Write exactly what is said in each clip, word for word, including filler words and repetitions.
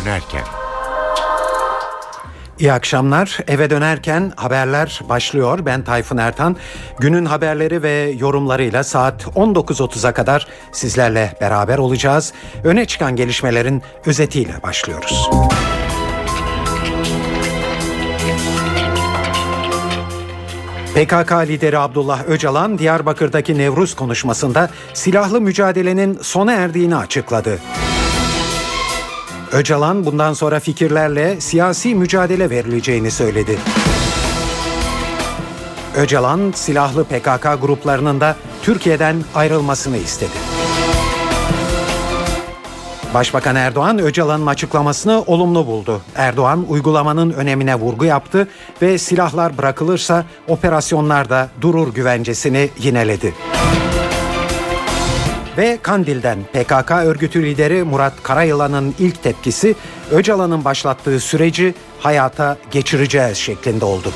dönerken. İyi akşamlar. Eve dönerken haberler başlıyor. Ben Tayfun Ertan. Günün haberleri ve yorumlarıyla saat on dokuz otuza kadar sizlerle beraber olacağız. Öne çıkan gelişmelerin özetiyle başlıyoruz. P K K lideri Abdullah Öcalan, Diyarbakır'daki Nevruz konuşmasında silahlı mücadelenin sona erdiğini açıkladı. Öcalan bundan sonra fikirlerle siyasi mücadele verileceğini söyledi. Öcalan silahlı P K K gruplarının da Türkiye'den ayrılmasını istedi. Başbakan Erdoğan Öcalan'ın açıklamasını olumlu buldu. Erdoğan uygulamanın önemine vurgu yaptı ve silahlar bırakılırsa operasyonlar da durur güvencesini yineledi. Ve Kandil'den P K K örgütü lideri Murat Karayılan'ın ilk tepkisi Öcalan'ın başlattığı süreci hayata geçireceğiz şeklinde oldu.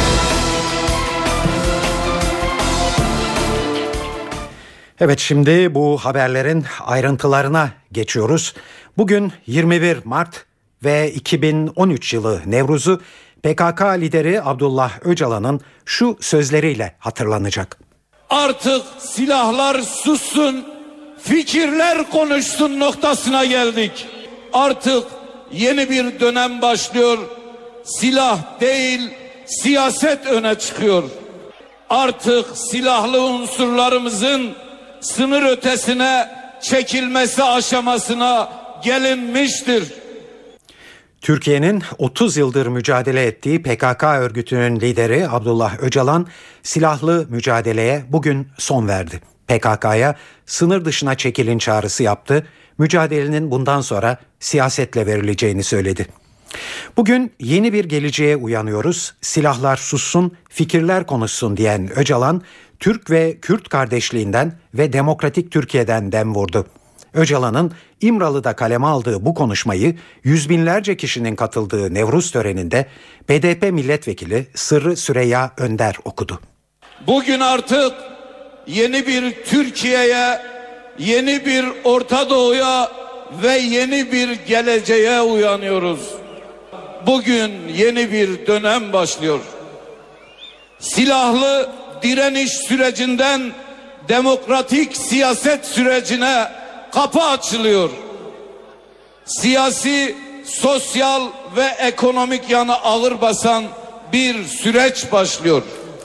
Evet, şimdi bu haberlerin ayrıntılarına geçiyoruz. Bugün yirmi bir Mart ve iki bin on üç yılı Nevruz'u P K K lideri Abdullah Öcalan'ın şu sözleriyle hatırlanacak. Artık silahlar sussun, fikirler konuşsun noktasına geldik. Artık yeni bir dönem başlıyor. Silah değil, siyaset öne çıkıyor. Artık silahlı unsurlarımızın sınır ötesine çekilmesi aşamasına gelinmiştir. Türkiye'nin otuz yıldır mücadele ettiği P K K örgütünün lideri Abdullah Öcalan silahlı mücadeleye bugün son verdi. P K K'ya sınır dışına çekilin çağrısı yaptı. Mücadelenin bundan sonra siyasetle verileceğini söyledi. Bugün yeni bir geleceğe uyanıyoruz. Silahlar sussun, fikirler konuşsun diyen Öcalan, Türk ve Kürt kardeşliğinden ve demokratik Türkiye'den dem vurdu. Öcalan'ın İmralı'da kaleme aldığı bu konuşmayı yüz binlerce kişinin katıldığı Nevruz töreninde B D P milletvekili Sırrı Süreyya Önder okudu. Bugün artık yeni bir Türkiye'ye, yeni bir Orta Doğu'ya ve yeni bir geleceğe uyanıyoruz. Bugün yeni bir dönem başlıyor. Silahlı direniş sürecinden demokratik siyaset sürecine kapı açılıyor. Siyasi, sosyal ve ekonomik yanı ağır basan bir süreç başlıyor.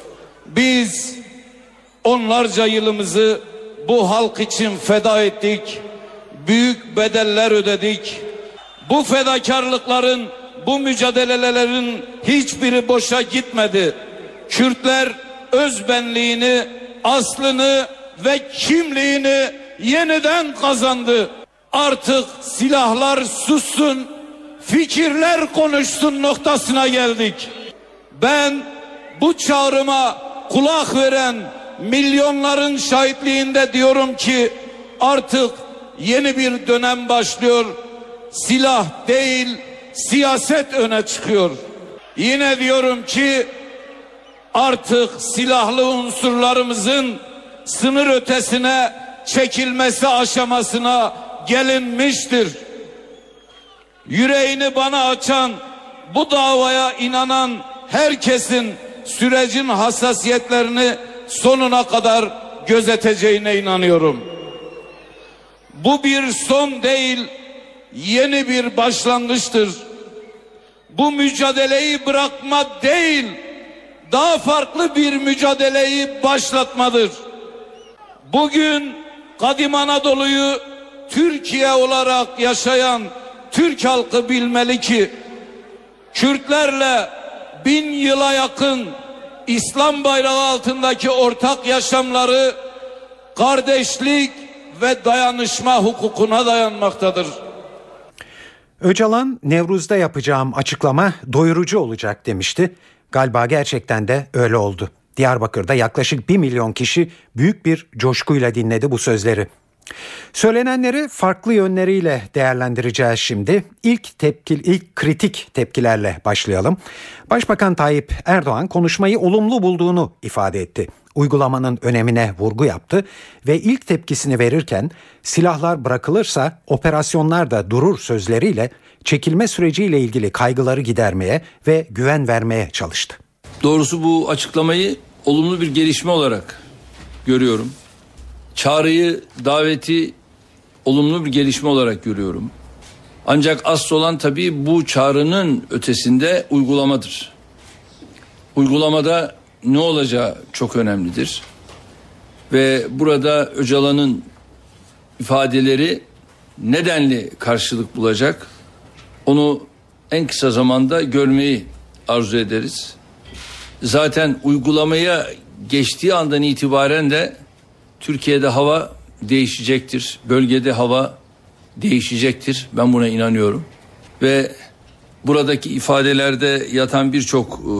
Biz onlarca yılımızı bu halk için feda ettik. Büyük bedeller ödedik. Bu fedakarlıkların, bu mücadelelerin hiçbiri boşa gitmedi. Kürtler özbenliğini, aslını ve kimliğini yeniden kazandı. Artık silahlar sussun, fikirler konuşsun noktasına geldik. Ben bu çağrıma kulak veren milyonların şahitliğinde diyorum ki artık yeni bir dönem başlıyor. Silah değil, siyaset öne çıkıyor. Yine diyorum ki artık silahlı unsurlarımızın sınır ötesine çekilmesi aşamasına gelinmiştir. Yüreğini bana açan, bu davaya inanan herkesin sürecin hassasiyetlerini sonuna kadar gözeteceğine inanıyorum. Bu bir son değil, yeni bir başlangıçtır. Bu mücadeleyi bırakma değil, daha farklı bir mücadeleyi başlatmadır. Bugün Kadim Anadolu'yu Türkiye olarak yaşayan Türk halkı bilmeli ki Kürtlerle bin yıla yakın İslam bayrağı altındaki ortak yaşamları kardeşlik ve dayanışma hukukuna dayanmaktadır. Öcalan, Nevruz'da yapacağım açıklama doyurucu olacak demişti. Galiba gerçekten de öyle oldu. Diyarbakır'da yaklaşık bir milyon kişi büyük bir coşkuyla dinledi bu sözleri. Söylenenleri farklı yönleriyle değerlendireceğiz şimdi. İlk tepki, ilk kritik tepkilerle başlayalım. Başbakan Tayyip Erdoğan konuşmayı olumlu bulduğunu ifade etti. Uygulamanın önemine vurgu yaptı ve ilk tepkisini verirken silahlar bırakılırsa operasyonlar da durur sözleriyle çekilme süreciyle ilgili kaygıları gidermeye ve güven vermeye çalıştı. Doğrusu bu açıklamayı olumlu bir gelişme olarak görüyorum. Çağrıyı, daveti olumlu bir gelişme olarak görüyorum. Ancak asıl olan tabii bu çağrının ötesinde uygulamadır. Uygulamada ne olacağı çok önemlidir. Ve burada Öcalan'ın ifadeleri nedenli karşılık bulacak, onu en kısa zamanda görmeyi arzu ederiz. Zaten uygulamaya geçtiği andan itibaren de Türkiye'de hava değişecektir. Bölgede hava değişecektir. Ben buna inanıyorum. Ve buradaki ifadelerde yatan birçok e,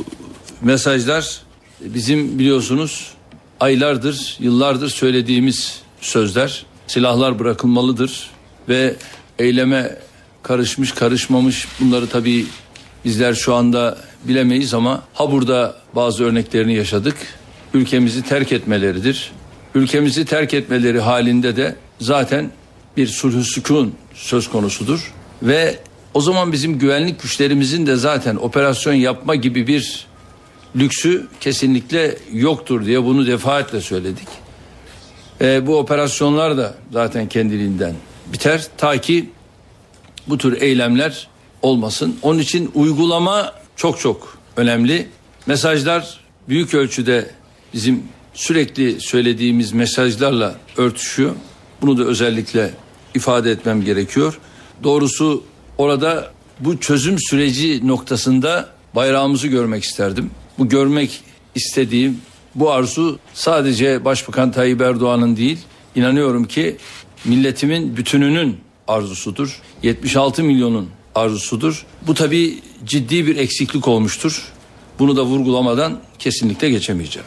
mesajlar bizim biliyorsunuz aylardır, yıllardır söylediğimiz sözler. Silahlar bırakılmalıdır ve eyleme karışmış karışmamış bunları tabii bizler şu anda bilemeyiz ama ha burada bazı örneklerini yaşadık. Ülkemizi terk etmeleridir. Ülkemizi terk etmeleri halinde de zaten bir sulh-u sükun söz konusudur. Ve o zaman bizim güvenlik güçlerimizin de zaten operasyon yapma gibi bir lüksü kesinlikle yoktur diye bunu defaatle söyledik. E, bu operasyonlar da zaten kendiliğinden biter ta ki bu tür eylemler olmasın. Onun için uygulama çok çok önemli. Mesajlar büyük ölçüde bizim sürekli söylediğimiz mesajlarla örtüşüyor. Bunu da özellikle ifade etmem gerekiyor. Doğrusu orada bu çözüm süreci noktasında bayrağımızı görmek isterdim. Bu görmek istediğim, bu arzu sadece Başbakan Tayyip Erdoğan'ın değil, inanıyorum ki milletimin bütününün arzusudur. yetmiş altı milyonun arzusudur. Bu tabii ciddi bir eksiklik olmuştur. Bunu da vurgulamadan kesinlikle geçemeyeceğim.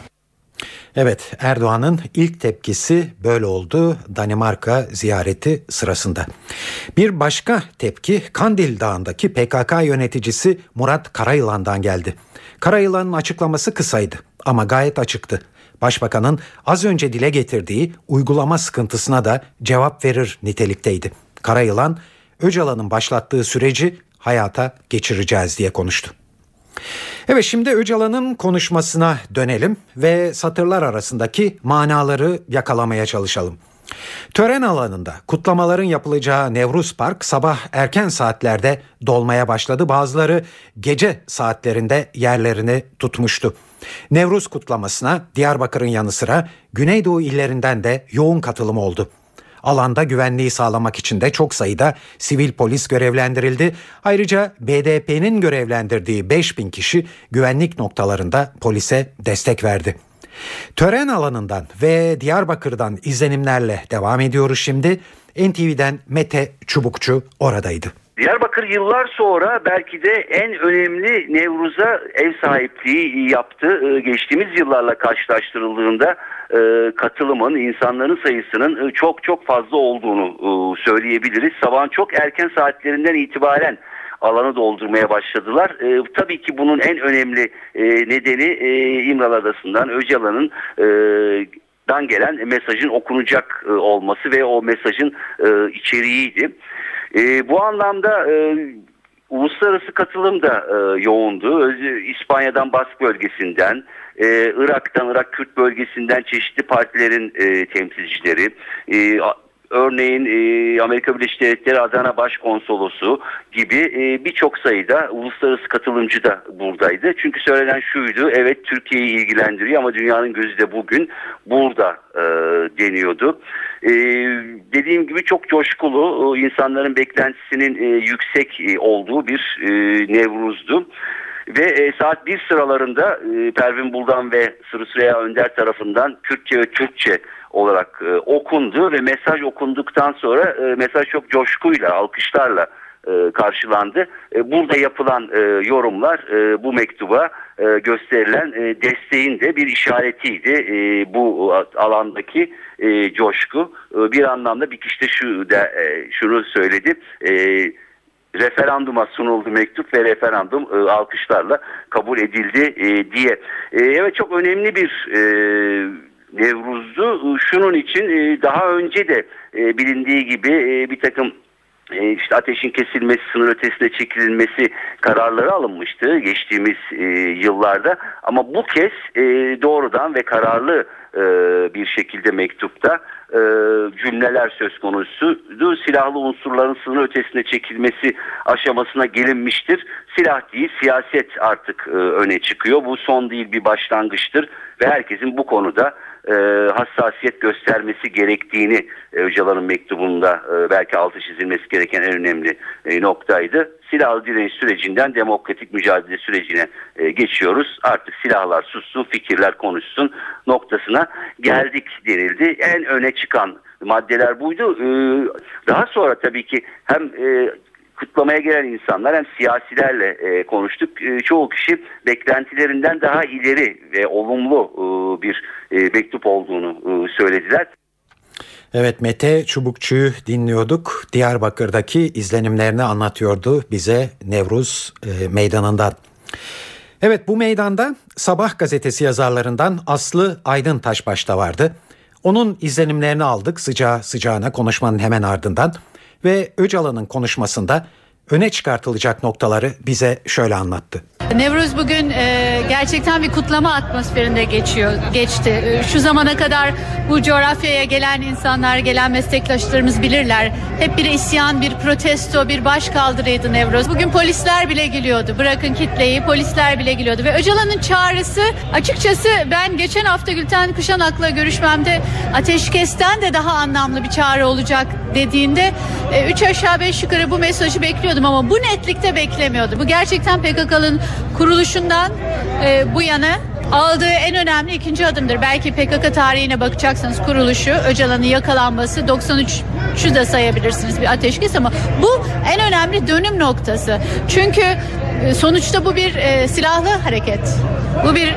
Evet, Erdoğan'ın ilk tepkisi böyle oldu Danimarka ziyareti sırasında. Bir başka tepki Kandil Dağı'ndaki P K K yöneticisi Murat Karayılan'dan geldi. Karayılan'ın açıklaması kısaydı ama gayet açıktı. Başbakanın az önce dile getirdiği uygulama sıkıntısına da cevap verir nitelikteydi. Karayılan, Öcalan'ın başlattığı süreci hayata geçireceğiz diye konuştu. Evet, şimdi Öcalan'ın konuşmasına dönelim ve satırlar arasındaki manaları yakalamaya çalışalım. Tören alanında kutlamaların yapılacağı Nevruz Park sabah erken saatlerde dolmaya başladı. Bazıları gece saatlerinde yerlerini tutmuştu. Nevruz kutlamasına Diyarbakır'ın yanı sıra Güneydoğu illerinden de yoğun katılım oldu. Alanda güvenliği sağlamak için de çok sayıda sivil polis görevlendirildi. Ayrıca B D P'nin görevlendirdiği beş bin kişi güvenlik noktalarında polise destek verdi. Tören alanından ve Diyarbakır'dan izlenimlerle devam ediyoruz şimdi. N T V'den Mete Çubukçu oradaydı. Diyarbakır yıllar sonra belki de en önemli Nevruz'a ev sahipliği yaptı. Geçtiğimiz yıllarla karşılaştırıldığında katılımın, insanların sayısının çok çok fazla olduğunu söyleyebiliriz. Sabahın çok erken saatlerinden itibaren alanı doldurmaya başladılar. E, tabii ki bunun en önemli e, nedeni e, İmralı Adası'ndan Öcalan'ın e, dan gelen mesajın okunacak e, olması ve o mesajın e, içeriğiydi. E, bu anlamda e, uluslararası katılım da e, yoğundu. İspanya'dan Bask bölgesinden, e, Irak'tan, Irak Kürt bölgesinden çeşitli partilerin e, temsilcileri, e, örneğin e, Amerika Birleşik Devletleri Adana Başkonsolosu gibi e, birçok sayıda uluslararası katılımcı da buradaydı. Çünkü söylenen şuydu, evet Türkiye'yi ilgilendiriyor ama dünyanın gözü de bugün burada e, deniyordu. E, dediğim gibi çok coşkulu, e, insanların beklentisinin e, yüksek e, olduğu bir e, Nevruz'du. Ve e, saat bir sıralarında e, Pervin Buldan ve Sırrı Süreyya Önder tarafından Kürtçe ve Türkçe olarak e, okundu ve mesaj okunduktan sonra e, mesaj çok coşkuyla, alkışlarla e, karşılandı. E, burada yapılan e, yorumlar e, bu mektuba e, gösterilen e, desteğin de bir işaretiydi. E, bu alandaki e, coşku e, bir anlamda bir kişi de şu de, e, şunu söyledi. E, referanduma sunuldu mektup ve referandum e, alkışlarla kabul edildi e, diye. E, evet, çok önemli bir e, Nevruz'du. Şunun için e, daha önce de e, bilindiği gibi e, bir takım e, işte ateşin kesilmesi, sınır ötesine çekilmesi kararları alınmıştı geçtiğimiz e, yıllarda. Ama bu kez e, doğrudan ve kararlı e, bir şekilde mektupta e, cümleler söz konusuydu. Silahlı unsurların sınır ötesine çekilmesi aşamasına gelinmiştir. Silah değil, siyaset artık e, öne çıkıyor. Bu son değil, bir başlangıçtır ve herkesin bu konuda e, hassasiyet göstermesi gerektiğini e, Öcalan'ın mektubunda e, belki altı çizilmesi gereken en önemli e, noktaydı. Silahlı direniş sürecinden demokratik mücadele sürecine e, geçiyoruz. Artık silahlar sussun, fikirler konuşsun noktasına geldik denildi. En öne çıkan maddeler buydu. E, daha sonra tabii ki hem e, kutlamaya gelen insanlar hem siyasilerle e, konuştuk. E, çoğu kişi beklentilerinden daha ileri ve olumlu e, bir e, mektup olduğunu e, söylediler. Evet, Mete Çubukçu'yu dinliyorduk. Diyarbakır'daki izlenimlerini anlatıyordu bize Nevruz e, meydanından. Evet, bu meydanda Sabah gazetesi yazarlarından Aslı Aydın Taşbaş da vardı. Onun izlenimlerini aldık sıcağı sıcağına konuşmanın hemen ardından ve Öcalan'ın konuşmasında öne çıkartılacak noktaları bize şöyle anlattı. Nevruz bugün e, gerçekten bir kutlama atmosferinde geçiyor, geçti. E, şu zamana kadar bu coğrafyaya gelen insanlar, gelen meslektaşlarımız bilirler. Hep bir isyan, bir protesto, bir başkaldırıydı Nevruz. Bugün polisler bile geliyordu. Bırakın kitleyi, polisler bile geliyordu. Ve Öcalan'ın çağrısı, açıkçası ben geçen hafta Gülten Kuşanak'la görüşmemde ateşkesten de daha anlamlı bir çağrı olacak dediğinde e, üç aşağı beş yukarı bu mesajı bekliyordum ama bu netlikte beklemiyordum. Bu gerçekten P K K'nın kuruluşundan e, bu yana aldığı en önemli ikinci adımdır. Belki P K K tarihine bakacaksanız kuruluşu, Öcalan'ın yakalanması, doksan üçü de sayabilirsiniz bir ateşkes ama bu en önemli dönüm noktası. Çünkü e, sonuçta bu bir e, silahlı hareket. Bu bir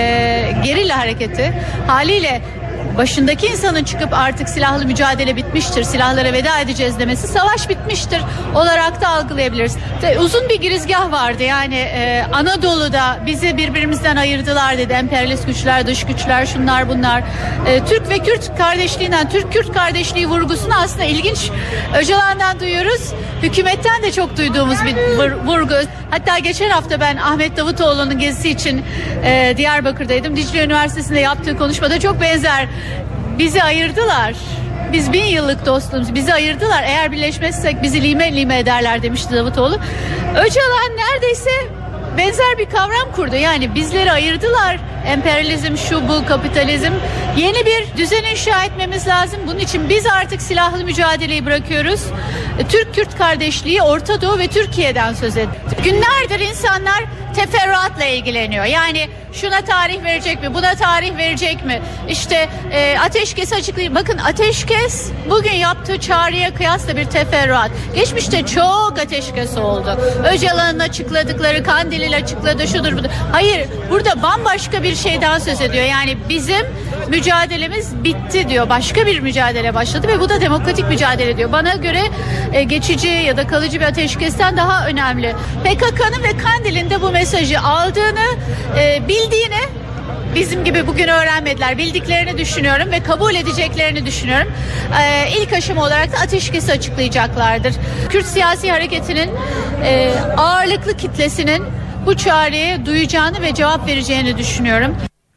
e, gerilla hareketi. Haliyle başındaki insanın çıkıp artık silahlı mücadele bitmiştir, silahlara veda edeceğiz demesi savaş bitmiştir olarak da algılayabiliriz. De, uzun bir girizgah vardı yani e, Anadolu'da bizi birbirimizden ayırdılar dedi. Emperyalist güçler, dış güçler, şunlar bunlar. E, Türk ve Kürt kardeşliğinden, Türk-Kürt kardeşliği vurgusunu aslında ilginç Öcalan'dan duyuyoruz. Hükümetten de çok duyduğumuz bir vurgu. Hatta geçen hafta ben Ahmet Davutoğlu'nun gezisi için e, Diyarbakır'daydım. Dicle Üniversitesi'nde yaptığı konuşmada çok benzer. Bizi ayırdılar. Biz bin yıllık dostluğumuz. Bizi ayırdılar. Eğer birleşmezsek bizi lime lime ederler demişti Davutoğlu. Öcalan neredeyse benzer bir kavram kurdu. Yani bizleri ayırdılar. Emperyalizm, şu bu, kapitalizm. Yeni bir düzen inşa etmemiz lazım. Bunun için biz artık silahlı mücadeleyi bırakıyoruz. Türk-Kürt kardeşliği, Orta Doğu ve Türkiye'den söz ettik. Günlerdir insanlar teferruatla ilgileniyor. Yani şuna tarih verecek mi? Buna tarih verecek mi? İşte e, ateşkes açıklayayım. Bakın ateşkes bugün yaptığı çağrıya kıyasla bir teferruat. Geçmişte çok ateşkes oldu. Öcalan'ın açıkladıkları, Kandil'in açıkladığı şudur budur. Hayır, burada bambaşka bir şeyden söz ediyor. Yani bizim mücadelemiz bitti diyor. Başka bir mücadele başladı ve bu da demokratik mücadele diyor. Bana göre e, geçici ya da kalıcı bir ateşkesten daha önemli. P K K'nın ve Kandil'in de bu mesajı aldığını, e, bildiğini, bizim gibi bugün öğrenmediler, bildiklerini düşünüyorum ve kabul edeceklerini düşünüyorum. Ee, ilk aşama olarak da ateşkesi açıklayacaklardır. Kürt siyasi hareketinin e, ağırlıklı kitlesinin bu çağrıyı duyacağını ve cevap vereceğini düşünüyorum.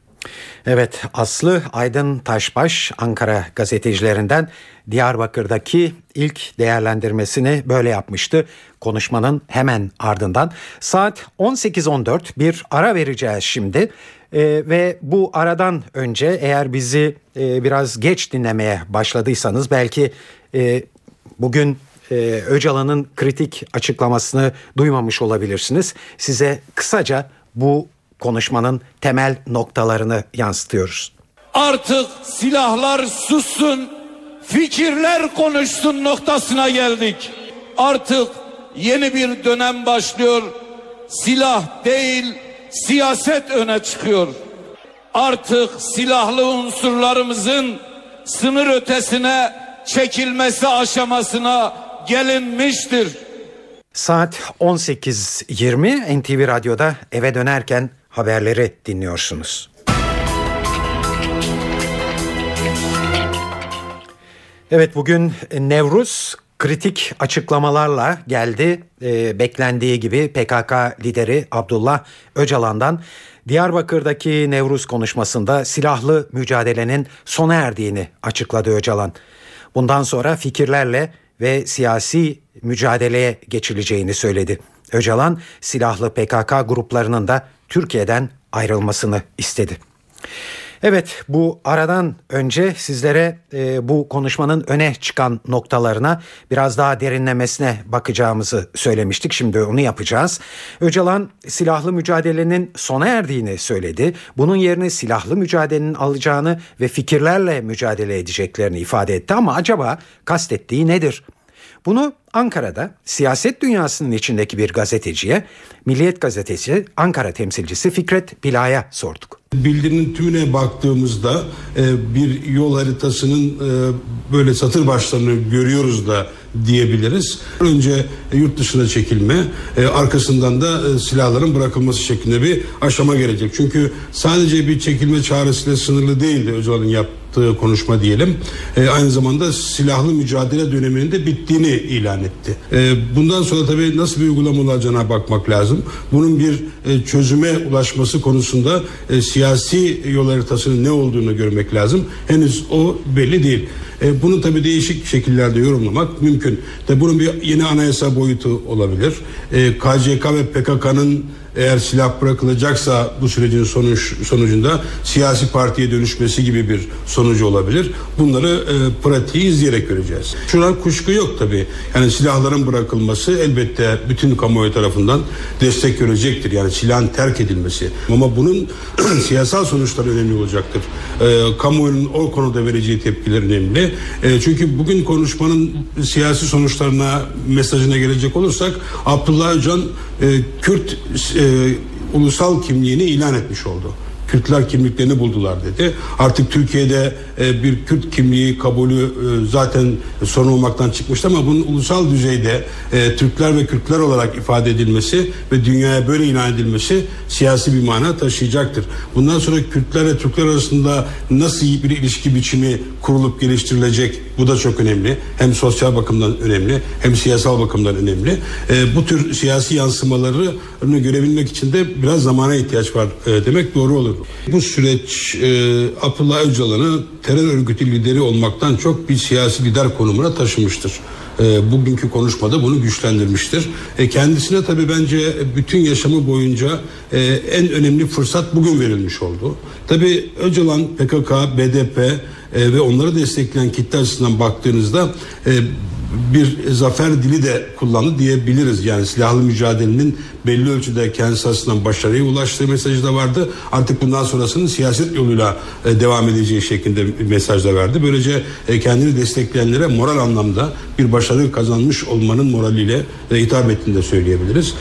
Evet, Aslı Aydın Taşbaş Ankara gazetecilerinden Diyarbakır'daki ilk değerlendirmesini böyle yapmıştı. Konuşmanın hemen ardından saat on sekiz on dört bir ara vereceğiz şimdi. Ee, ve bu aradan önce eğer bizi e, biraz geç dinlemeye başladıysanız belki e, bugün e, Öcalan'ın kritik açıklamasını duymamış olabilirsiniz. Size kısaca bu konuşmanın temel noktalarını yansıtıyoruz. Artık silahlar sussun, fikirler konuşsun noktasına geldik. Artık yeni bir dönem başlıyor. Silah değil, siyaset öne çıkıyor. Artık silahlı unsurlarımızın sınır ötesine çekilmesi aşamasına gelinmiştir. Saat on sekiz yirmi N T V Radyo'da eve dönerken haberleri dinliyorsunuz. Evet, bugün Nevruz, kritik açıklamalarla geldi. E, beklendiği gibi P K K lideri Abdullah Öcalan'dan Diyarbakır'daki Nevruz konuşmasında silahlı mücadelenin sona erdiğini açıkladı Öcalan. Bundan sonra fikirlerle ve siyasi mücadeleye geçileceğini söyledi. Öcalan silahlı P K K gruplarının da Türkiye'den ayrılmasını istedi. Evet, bu aradan önce sizlere e, bu konuşmanın öne çıkan noktalarına biraz daha derinlemesine bakacağımızı söylemiştik. Şimdi onu yapacağız. Öcalan silahlı mücadelenin sona erdiğini söyledi. Bunun yerine silahlı mücadelenin alacağını ve fikirlerle mücadele edeceklerini ifade etti. Ama acaba kastettiği nedir? Bunu Ankara'da siyaset dünyasının içindeki bir gazeteciye, Milliyet Gazetesi Ankara temsilcisi Fikret Bila'ya sorduk. Bildirinin tümüne baktığımızda e, bir yol haritasının e, böyle satır başlarını görüyoruz da diyebiliriz. Önce e, yurt dışına çekilme, e, arkasından da e, silahların bırakılması şeklinde bir aşama gelecek. Çünkü sadece bir çekilme çağrısıyla sınırlı değildi Öcalan'ın yaptığı konuşma diyelim. E, aynı zamanda silahlı mücadele döneminin de bittiğini ilan etti. E, bundan sonra tabii nasıl bir uygulama olacağına bakmak lazım. Bunun bir e, çözüme ulaşması konusunda e, siyasi yol haritasının ne olduğunu görmek lazım. Henüz o belli değil. E, bunu tabii değişik şekillerde yorumlamak mümkün. Tabii bunun bir yeni anayasa boyutu olabilir. E, K C K ve P K K'nın eğer silah bırakılacaksa bu sürecin sonuç sonucunda siyasi partiye dönüşmesi gibi bir sonucu olabilir. Bunları e, pratiği izleyerek göreceğiz. Şu an kuşku yok tabii. Yani silahların bırakılması elbette bütün kamuoyu tarafından destek görecektir. Yani silahın terk edilmesi. Ama bunun siyasal sonuçları önemli olacaktır. E, kamuoyunun o konuda vereceği tepkiler önemli. E, çünkü bugün konuşmanın siyasi sonuçlarına, mesajına gelecek olursak Abdullah Öcalan e, Kürt e, ulusal kimliğini ilan etmiş oldu. Kürtler kimliklerini buldular dedi. Artık Türkiye'de e, bir Kürt kimliği kabulü e, zaten sorun olmaktan çıkmıştı ama bunun ulusal düzeyde e, Türkler ve Kürtler olarak ifade edilmesi ve dünyaya böyle ilan edilmesi siyasi bir mana taşıyacaktır. Bundan sonra Kürtler ve Türkler arasında nasıl bir ilişki biçimi kurulup geliştirilecek, bu da çok önemli. Hem sosyal bakımdan önemli hem siyasal bakımdan önemli. E, bu tür siyasi yansımalarını görebilmek için de biraz zamana ihtiyaç var e, demek doğru olur. Bu süreç e, Abdullah Öcalan'ı terör örgütü lideri olmaktan çok bir siyasi lider konumuna taşımıştır. E, bugünkü konuşmada bunu güçlendirmiştir. E, kendisine tabii bence bütün yaşamı boyunca e, en önemli fırsat bugün verilmiş oldu. Tabii Öcalan, P K K, B D P e, ve onları destekleyen kitle açısından baktığınızda e, bir zafer dili de kullandı diyebiliriz. Yani silahlı mücadelenin belli ölçüde kendisi açısından başarıya ulaştığı mesajı da vardı. Artık bundan sonrasının siyaset yoluyla e, devam edeceği şeklinde bir mesaj da verdi. Böylece e, kendini destekleyenlere moral anlamda bir başarı kazanmış olmanın moraliyle e, hitap ettiğini de söyleyebiliriz.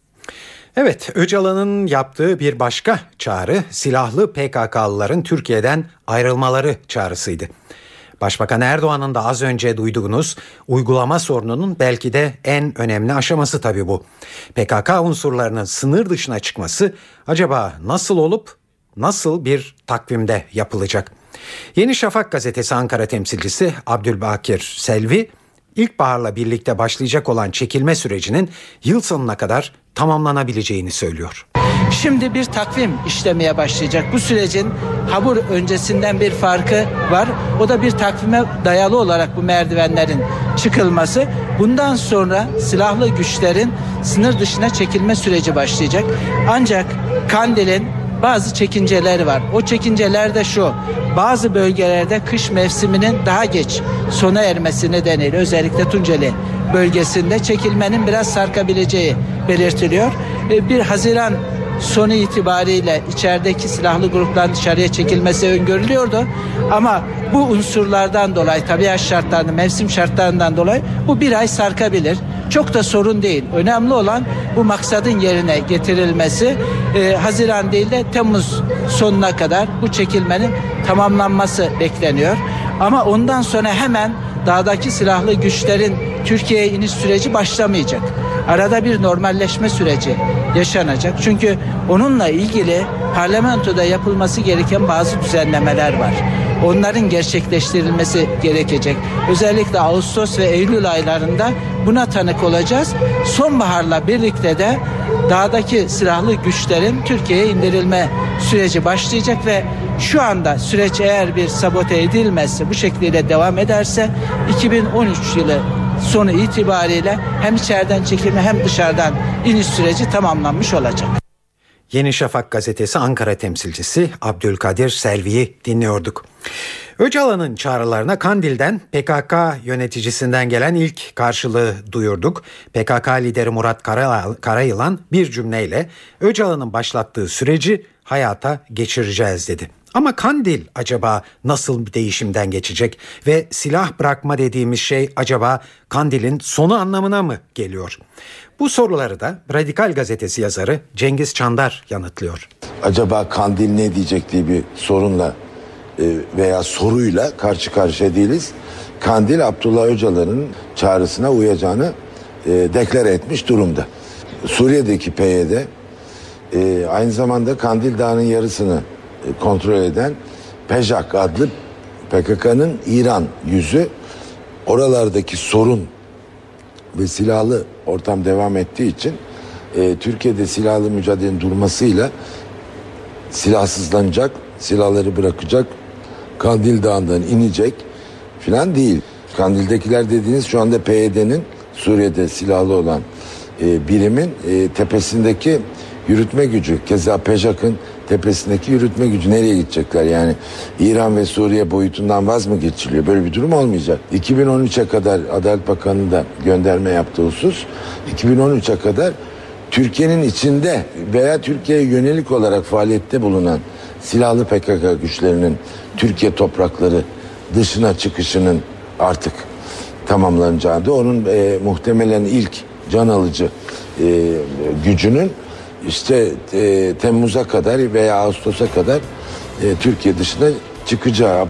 Evet, Öcalan'ın yaptığı bir başka çağrı silahlı P K K'lıların Türkiye'den ayrılmaları çağrısıydı. Başbakan Erdoğan'ın da az önce duyduğunuz uygulama sorununun belki de en önemli aşaması tabii bu. P K K unsurlarının sınır dışına çıkması acaba nasıl olup nasıl bir takvimde yapılacak? Yeni Şafak gazetesi Ankara temsilcisi Abdülbakir Selvi, ilkbaharla birlikte başlayacak olan çekilme sürecinin yıl sonuna kadar tamamlanabileceğini söylüyor. Şimdi bir takvim işlemeye başlayacak. Bu sürecin habur öncesinden bir farkı var. O da bir takvime dayalı olarak bu merdivenlerin çıkılması. Bundan sonra silahlı güçlerin sınır dışına çekilme süreci başlayacak. Ancak Kandil'in bazı çekinceleri var. O çekinceler de şu: bazı bölgelerde kış mevsiminin daha geç sona ermesi nedeniyle özellikle Tunceli bölgesinde çekilmenin biraz sarkabileceği belirtiliyor. Bir Haziran sonu itibariyle içerideki silahlı grupların dışarıya çekilmesi öngörülüyordu. Ama bu unsurlardan dolayı, tabiat şartlarının, mevsim şartlarından dolayı bu bir ay sarkabilir. Çok da sorun değil. Önemli olan bu maksadın yerine getirilmesi. Ee, Haziran değil de Temmuz sonuna kadar bu çekilmenin tamamlanması bekleniyor. Ama ondan sonra hemen dağdaki silahlı güçlerin Türkiye'ye iniş süreci başlamayacak. Arada bir normalleşme süreci yaşanacak. Çünkü onunla ilgili parlamentoda yapılması gereken bazı düzenlemeler var. onların gerçekleştirilmesi gerekecek. Özellikle Ağustos ve Eylül aylarında buna tanık olacağız. Sonbaharla birlikte de dağdaki silahlı güçlerin Türkiye'ye indirilme süreci başlayacak ve şu anda süreç eğer bir sabote edilmezse, bu şekliyle devam ederse iki bin on üç yılı sonu itibariyle hem içeriden çekilme hem dışarıdan iniş süreci tamamlanmış olacak. Yeni Şafak gazetesi Ankara temsilcisi Abdülkadir Selvi'yi dinliyorduk. Öcalan'ın çağrılarına Kandil'den P K K yöneticisinden gelen ilk karşılığı duyurduk. P K K lideri Murat Karayılan bir cümleyle Öcalan'ın başlattığı süreci hayata geçireceğiz dedi. Ama Kandil acaba nasıl bir değişimden geçecek ve silah bırakma dediğimiz şey acaba Kandil'in sonu anlamına mı geliyor? Bu soruları da Radikal gazetesi yazarı Cengiz Çandar yanıtlıyor. Acaba Kandil ne diyecek diye bir sorunla veya soruyla karşı karşıya değiliz. Kandil Abdullah Öcalan'ın çağrısına uyacağını deklare etmiş durumda. Suriye'deki P Y D aynı zamanda Kandil Dağı'nın yarısını kontrol eden PEJAK adlı P K K'nın İran yüzü. Oralardaki sorun ve silahlı ortam devam ettiği için e, Türkiye'de silahlı mücadelenin durmasıyla silahsızlanacak, silahları bırakacak, Kandil Dağı'ndan inecek filan değil. Kandil'dekiler dediğiniz şu anda P Y D'nin Suriye'de silahlı olan e, birimin e, tepesindeki yürütme gücü. Keza PEJAK'ın tepesindeki yürütme gücü, nereye gidecekler? Yani İran ve Suriye boyutundan vaz mı geçiliyor? Böyle bir durum olmayacak. iki bin on üçe kadar Adalet Bakanı da gönderme yaptığı husus, iki bin on üçe kadar Türkiye'nin içinde veya Türkiye'ye yönelik olarak faaliyette bulunan silahlı P K K güçlerinin Türkiye toprakları dışına çıkışının artık tamamlanacağı da onun e, muhtemelen ilk can alıcı e, gücünün İşte e, Temmuz'a kadar veya Ağustos'a kadar e, Türkiye dışına çıkacağı.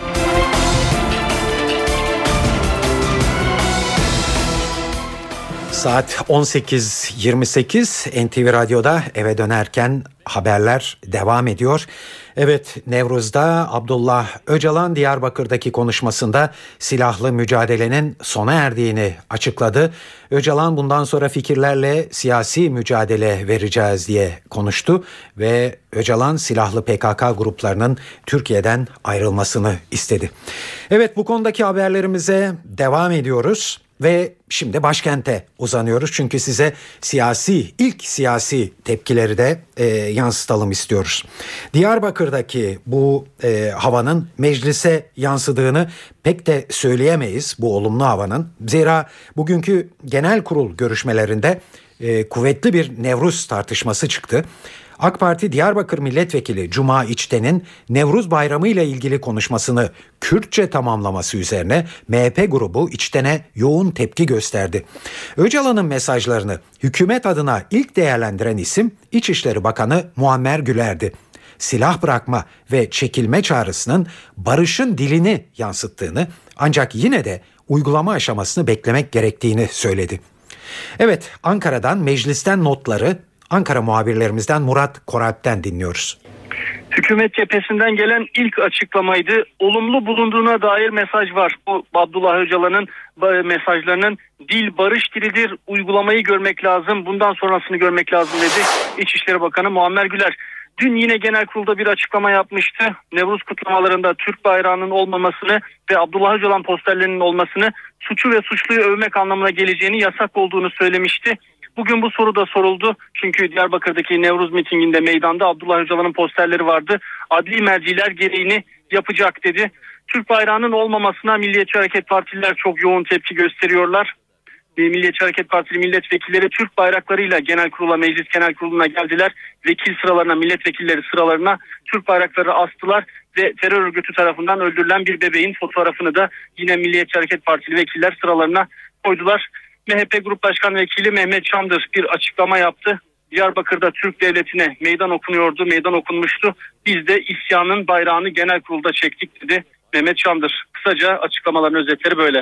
Saat on sekiz yirmi sekiz N T V Radyo'da eve dönerken haberler devam ediyor. Evet, Nevruz'da Abdullah Öcalan Diyarbakır'daki konuşmasında silahlı mücadelenin sona erdiğini açıkladı. Öcalan bundan sonra fikirlerle siyasi mücadele vereceğiz diye konuştu ve Öcalan silahlı P K K gruplarının Türkiye'den ayrılmasını istedi. Evet, bu konudaki haberlerimize devam ediyoruz. Ve şimdi başkente uzanıyoruz çünkü size siyasi, ilk siyasi tepkileri de e, yansıtalım istiyoruz. Diyarbakır'daki bu e, havanın meclise yansıdığını pek de söyleyemeyiz, bu olumlu havanın. Zira bugünkü genel kurul görüşmelerinde e, kuvvetli bir Nevruz tartışması çıktı. AK Parti Diyarbakır Milletvekili Cuma İçten'in Nevruz Bayramı ile ilgili konuşmasını Kürtçe tamamlaması üzerine M H P grubu İçten'e yoğun tepki gösterdi. Öcalan'ın mesajlarını hükümet adına ilk değerlendiren isim İçişleri Bakanı Muammer Güler'di. Silah bırakma ve çekilme çağrısının barışın dilini yansıttığını, ancak yine de uygulama aşamasını beklemek gerektiğini söyledi. Evet, Ankara'dan meclisten notları Ankara muhabirlerimizden Murat Koralp'ten dinliyoruz. Hükümet cephesinden gelen ilk açıklamaydı. Olumlu bulunduğuna dair mesaj var. Bu Abdullah Öcalan'ın mesajlarının dil barış dilidir, uygulamayı görmek lazım, bundan sonrasını görmek lazım dedi İçişleri Bakanı Muammer Güler. Dün yine genel kurulda bir açıklama yapmıştı. Nevruz kutlamalarında Türk bayrağının olmamasını ve Abdullah Öcalan posterlerinin olmasını suçu ve suçluyu övmek anlamına geleceğini, yasak olduğunu söylemişti. Bugün bu soru da soruldu. Çünkü Diyarbakır'daki Nevruz mitinginde meydanda Abdullah Öcalan'ın posterleri vardı. Adli merciler gereğini yapacak dedi. Türk bayrağının olmamasına Milliyetçi Hareket Partililer çok yoğun tepki gösteriyorlar. Milliyetçi Hareket Partili milletvekilleri Türk bayraklarıyla genel kurula, meclis genel kuruluna geldiler. Vekil sıralarına, milletvekilleri sıralarına Türk bayrakları astılar ve terör örgütü tarafından öldürülen bir bebeğin fotoğrafını da yine Milliyetçi Hareket Partili vekiller sıralarına koydular. M H P Grup Başkan Vekili Mehmet Çamdır bir açıklama yaptı. Diyarbakır'da Türk devletine meydan okunuyordu, meydan okunmuştu. Biz de isyanın bayrağını genel kurulda çektik dedi Mehmet Çamdır. Kısaca açıklamaların özetleri böyle.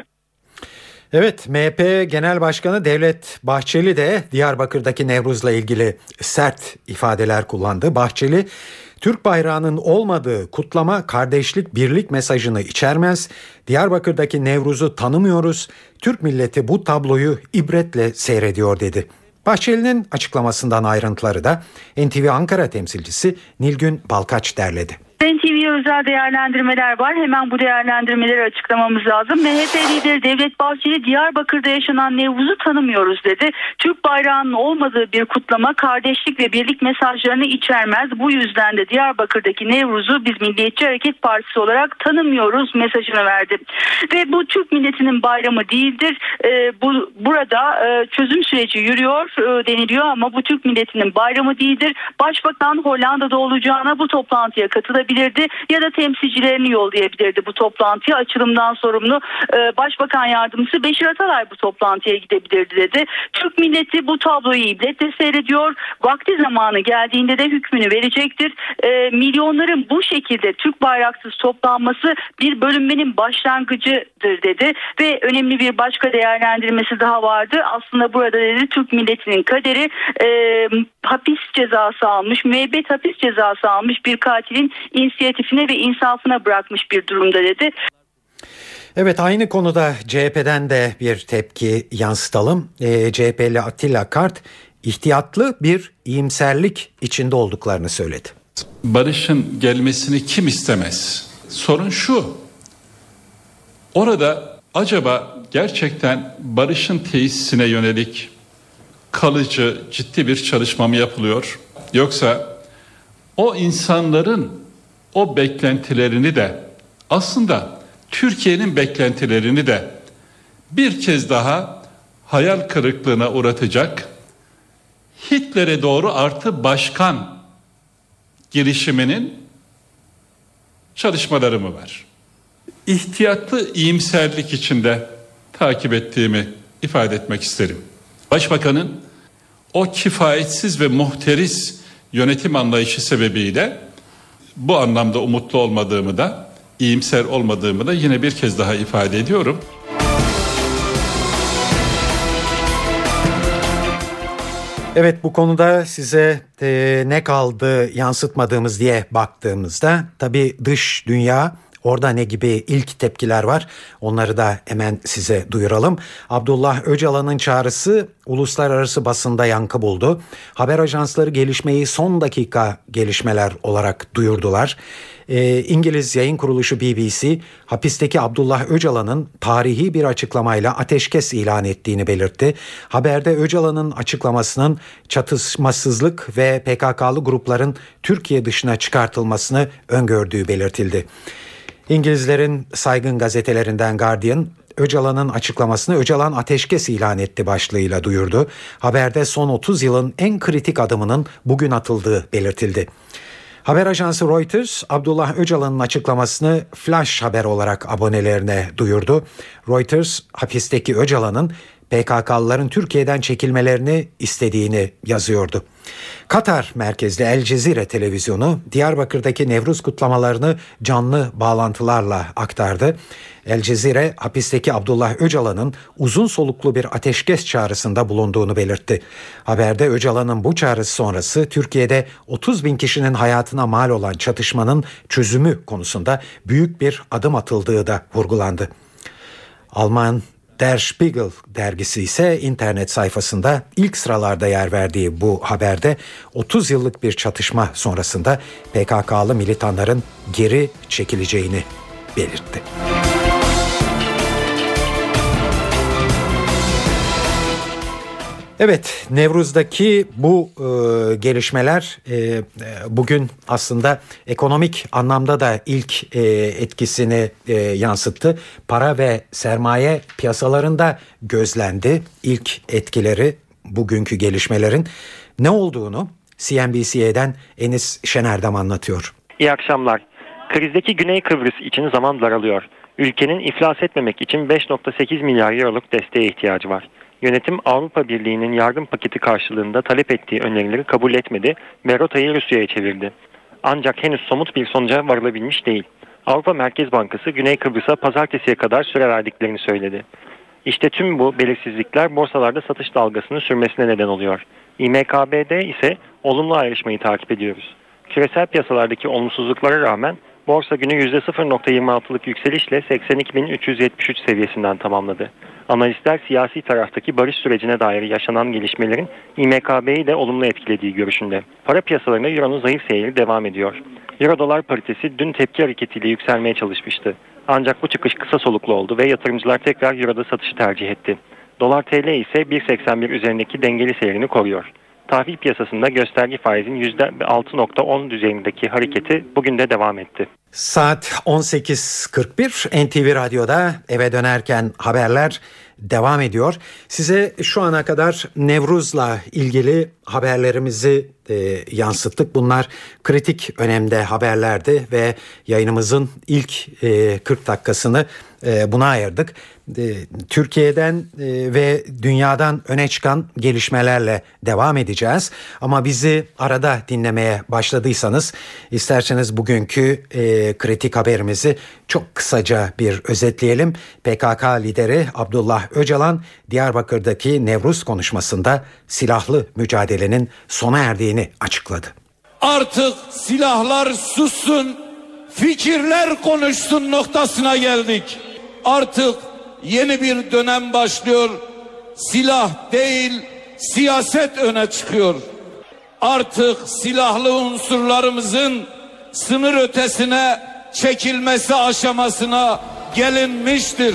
Evet, M H P Genel Başkanı Devlet Bahçeli de Diyarbakır'daki Nevruz'la ilgili sert ifadeler kullandı. Bahçeli, Türk bayrağının olmadığı kutlama kardeşlik, birlik mesajını içermez. Diyarbakır'daki Nevruz'u tanımıyoruz. Türk milleti bu tabloyu ibretle seyrediyor dedi. Bahçeli'nin açıklamasından ayrıntıları da N T V Ankara temsilcisi Nilgün Balkaç derledi. N T V'ye özel değerlendirmeler var. Hemen bu değerlendirmeleri açıklamamız lazım. M H P lideri Devlet Bahçeli Diyarbakır'da yaşanan Nevruz'u tanımıyoruz dedi. Türk bayrağının olmadığı bir kutlama kardeşlik ve birlik mesajlarını içermez. Bu yüzden de Diyarbakır'daki Nevruz'u biz Milliyetçi Hareket Partisi olarak tanımıyoruz mesajını verdi. Ve bu Türk milletinin bayramı değildir. Ee, bu burada e, çözüm süreci yürüyor e, deniliyor ama bu Türk milletinin bayramı değildir. Başbakan Hollanda'da olacağına bu toplantıya katılabilir ya da temsilcilerini yollayabilirdi bu toplantıya. Açılımdan sorumlu e, Başbakan Yardımcısı Beşir Atalay bu toplantıya gidebilirdi dedi. Türk milleti bu tabloyu ibretle seyrediyor. Vakti zamanı geldiğinde de hükmünü verecektir. E, milyonların bu şekilde Türk bayraksız toplanması bir bölünmenin başlangıcıdır dedi. Ve önemli bir başka değerlendirmesi daha vardı. Aslında burada dedi Türk milletinin kaderi e, hapis cezası almış, müebbet hapis cezası almış bir katilin inisiyatifine ve insafına bırakmış bir durumda dedi. Evet, aynı konuda C H P'den de bir tepki yansıtalım. E, C H P'li Attila Kart ihtiyatlı bir iyimserlik içinde olduklarını söyledi. Barışın gelmesini kim istemez? Sorun şu. Orada acaba gerçekten barışın tesisine yönelik kalıcı, ciddi bir çalışma mı yapılıyor? Yoksa o insanların o beklentilerini de aslında Türkiye'nin beklentilerini de bir kez daha hayal kırıklığına uğratacak Hitler'e doğru artı başkan girişiminin çalışmaları mı var? İhtiyatlı iyimserlik içinde takip ettiğimi ifade etmek isterim. Başbakanın o kifayetsiz ve muhteris yönetim anlayışı sebebiyle bu anlamda umutlu olmadığımı da, iyimser olmadığımı da yine bir kez daha ifade ediyorum. Evet, bu konuda size e, ne kaldı yansıtmadığımız diye baktığımızda tabii dış dünya, orada ne gibi ilk tepkiler var, onları da hemen size duyuralım. Abdullah Öcalan'ın çağrısı uluslararası basında yankı buldu. Haber ajansları gelişmeyi son dakika gelişmeler olarak duyurdular. Ee, İngiliz yayın kuruluşu B B C, hapisteki Abdullah Öcalan'ın tarihi bir açıklamayla ateşkes ilan ettiğini belirtti. Haberde Öcalan'ın açıklamasının çatışmasızlık ve P K K'lı grupların Türkiye dışına çıkartılmasını öngördüğü belirtildi. İngilizlerin saygın gazetelerinden Guardian, Öcalan'ın açıklamasını Öcalan ateşkes ilan etti başlığıyla duyurdu. Haberde son otuz yılın en kritik adımının bugün atıldığı belirtildi. Haber ajansı Reuters, Abdullah Öcalan'ın açıklamasını flash haber olarak abonelerine duyurdu. Reuters, hapisteki Öcalan'ın P K K'lıların Türkiye'den çekilmelerini istediğini yazıyordu. Katar merkezli El Cezire televizyonu Diyarbakır'daki Nevruz kutlamalarını canlı bağlantılarla aktardı. El Cezire, hapisteki Abdullah Öcalan'ın uzun soluklu bir ateşkes çağrısında bulunduğunu belirtti. Haberde Öcalan'ın bu çağrısı sonrası Türkiye'de otuz bin kişinin hayatına mal olan çatışmanın çözümü konusunda büyük bir adım atıldığı da vurgulandı. Alman Der Spiegel dergisi ise internet sayfasında ilk sıralarda yer verdiği bu haberde otuz yıllık bir çatışma sonrasında P K K'lı militanların geri çekileceğini belirtti. Evet, Nevruz'daki bu e, gelişmeler e, bugün aslında ekonomik anlamda da ilk e, etkisini e, yansıttı. Para ve sermaye piyasalarında gözlendi ilk etkileri bugünkü gelişmelerin. Ne olduğunu C N B C'den Enis Şenerdem anlatıyor. İyi akşamlar. Krizdeki Güney Kıbrıs için zaman daralıyor. Ülkenin iflas etmemek için beş virgül sekiz milyar euroluk desteğe ihtiyacı var. Yönetim Avrupa Birliği'nin yardım paketi karşılığında talep ettiği önerileri kabul etmedi ve rotayı Rusya'ya çevirdi. Ancak henüz somut bir sonuca varılabilmiş değil. Avrupa Merkez Bankası Güney Kıbrıs'a pazartesiye kadar süre verdiklerini söyledi. İşte tüm bu belirsizlikler borsalarda satış dalgasının sürmesine neden oluyor. İ M K B'de ise olumlu ayrışmayı takip ediyoruz. Küresel piyasalardaki olumsuzluklara rağmen borsa günü yüzde sıfır virgül yirmi altılık yükselişle seksen iki bin üç yüz yetmiş üç seviyesinden tamamladı. Analistler siyasi taraftaki barış sürecine dair yaşanan gelişmelerin İ M K B'yi de olumlu etkilediği görüşünde. Para piyasalarında Euro'nun zayıf seyri devam ediyor. Euro dolar paritesi dün tepki hareketiyle yükselmeye çalışmıştı. Ancak bu çıkış kısa soluklu oldu ve yatırımcılar tekrar Euro'da satışı tercih etti. Dolar T L ise bir seksen bir üzerindeki dengeli seyrini koruyor. Tahvil piyasasında gösterge faizin yüzde altı virgül on düzeyindeki hareketi bugün de devam etti. Saat on sekiz kırk bir N T V Radyo'da eve dönerken haberler devam ediyor. Size şu ana kadar Nevruz'la ilgili haberlerimizi e, yansıttık. Bunlar kritik önemde haberlerdi ve yayınımızın ilk e, kırk dakikasını e, buna ayırdık. E, Türkiye'den e, ve dünyadan öne çıkan gelişmelerle devam edeceğiz. Ama bizi arada dinlemeye başladıysanız isterseniz bugünkü e, kritik haberimizi çok kısaca bir özetleyelim. P K K lideri Abdullah Öcalan Diyarbakır'daki Nevruz konuşmasında silahlı mücadelenin sona erdiğini açıkladı. Artık silahlar sussun, fikirler konuşsun noktasına geldik. Artık yeni bir dönem başlıyor. Silah değil, siyaset öne çıkıyor. Artık silahlı unsurlarımızın sınır ötesine çekilmesi aşamasına gelinmiştir.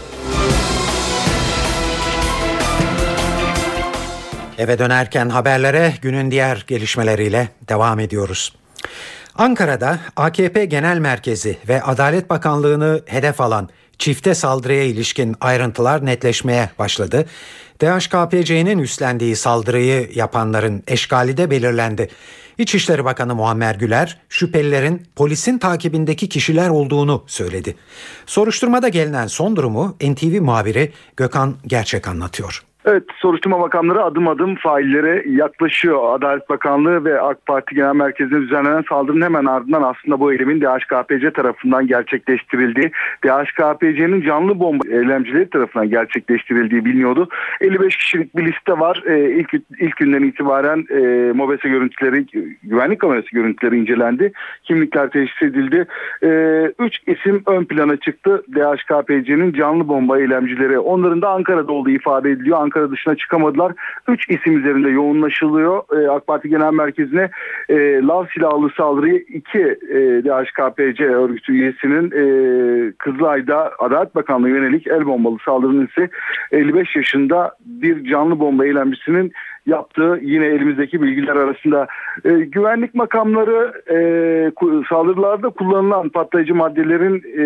Eve dönerken haberlere günün diğer gelişmeleriyle devam ediyoruz. Ankara'da A K P Genel Merkezi ve Adalet Bakanlığı'nı hedef alan çifte saldırıya ilişkin ayrıntılar netleşmeye başladı. D H K P C'nin üstlendiği saldırıyı yapanların eşkali de belirlendi. İçişleri Bakanı Muammer Güler, şüphelilerin polisin takibindeki kişiler olduğunu söyledi. Soruşturmada gelinen son durumu N T V muhabiri Gökhan Gerçek anlatıyor. Evet, soruşturma makamları adım adım faillere yaklaşıyor. Adalet Bakanlığı ve AK Parti Genel Merkezi'ne düzenlenen saldırının hemen ardından aslında bu eylemin D H K P C tarafından gerçekleştirildiği, D H K P C'nin canlı bomba eylemcileri tarafından gerçekleştirildiği biliniyordu. elli beş kişilik bir liste var. Ee, ilk ilk günden itibaren e, MOBESE görüntüleri, güvenlik kamerası görüntüleri incelendi. Kimlikler teşhis edildi. Ee, üç isim ön plana çıktı. D H K P C'nin canlı bomba eylemcileri. Onların da Ankara'da olduğu ifade ediliyor. Ankara dışına çıkamadılar. Üç isim üzerinde yoğunlaşılıyor. Ee, AK Parti Genel Merkezi'ne e, lav silahlı saldırıyı iki e, D H K P C örgütü üyesinin e, Kızılay'da Adalet Bakanlığı yönelik el bombalı saldırının ise elli beş yaşında bir canlı bomba eylemcisinin yaptığı yine elimizdeki bilgiler arasında. E, güvenlik makamları e, saldırılarda kullanılan patlayıcı maddelerin e,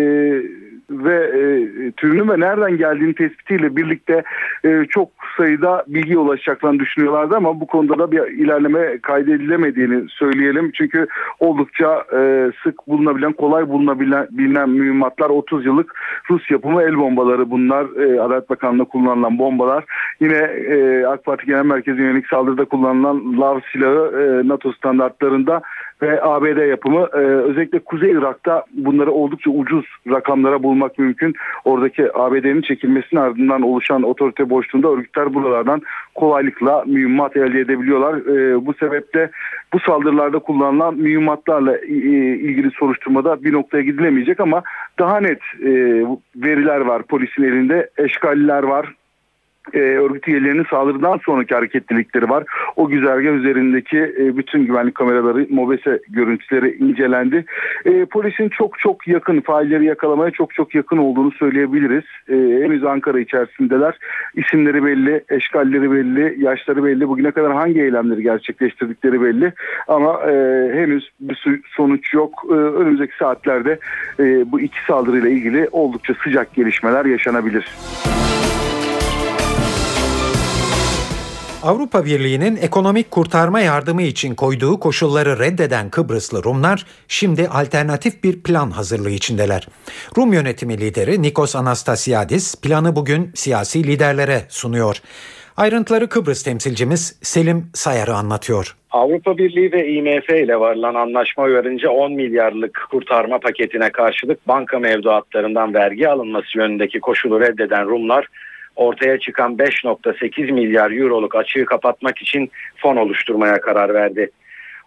ve e, türünün ve nereden geldiğini tespitiyle birlikte e, çok sayıda bilgiye ulaşacaklarını düşünüyorlardı ama bu konuda da bir ilerleme kaydedilemediğini söyleyelim. Çünkü oldukça e, sık bulunabilen, kolay bulunabilen bilinen mühimmatlar, otuz yıllık Rus yapımı el bombaları bunlar. E, Adalet Bakanlığı'nda kullanılan bombalar. Yine e, AK Parti Genel Merkezi'ne yönelik saldırıda kullanılan lav silahı e, NATO standartlarında ve A B D yapımı. Ee, özellikle Kuzey Irak'ta bunları oldukça ucuz rakamlara bulmak mümkün. Oradaki A B D'nin çekilmesinin ardından oluşan otorite boşluğunda örgütler buralardan kolaylıkla mühimmat elde edebiliyorlar. Ee, bu sebeple bu saldırılarda kullanılan mühimmatlarla e, ilgili soruşturmada bir noktaya gidilemeyecek ama daha net e, veriler var polisin elinde. Eşkaliler var. E, örgüt üyelerinin saldırıdan sonraki hareketlilikleri var. O güzergah üzerindeki e, bütün güvenlik kameraları, MOBESE görüntüleri incelendi. E, polisin çok çok yakın, failleri yakalamaya çok çok yakın olduğunu söyleyebiliriz. E, henüz Ankara içerisindeler. İsimleri belli, eşkalleri belli, yaşları belli. Bugüne kadar hangi eylemleri gerçekleştirdikleri belli. Ama e, henüz bir sonuç yok. E, önümüzdeki saatlerde e, bu iki saldırıyla ilgili oldukça sıcak gelişmeler yaşanabilir. Avrupa Birliği'nin ekonomik kurtarma yardımı için koyduğu koşulları reddeden Kıbrıslı Rumlar şimdi alternatif bir plan hazırlığı içindeler. Rum yönetimi lideri Nikos Anastasiadis planı bugün siyasi liderlere sunuyor. Ayrıntıları Kıbrıs temsilcimiz Selim Sayar'ı anlatıyor. Avrupa Birliği ve I M F ile varılan anlaşma uyarınca on milyarlık kurtarma paketine karşılık banka mevduatlarından vergi alınması yönündeki koşulu reddeden Rumlar, ortaya çıkan beş virgül sekiz milyar euroluk açığı kapatmak için fon oluşturmaya karar verdi.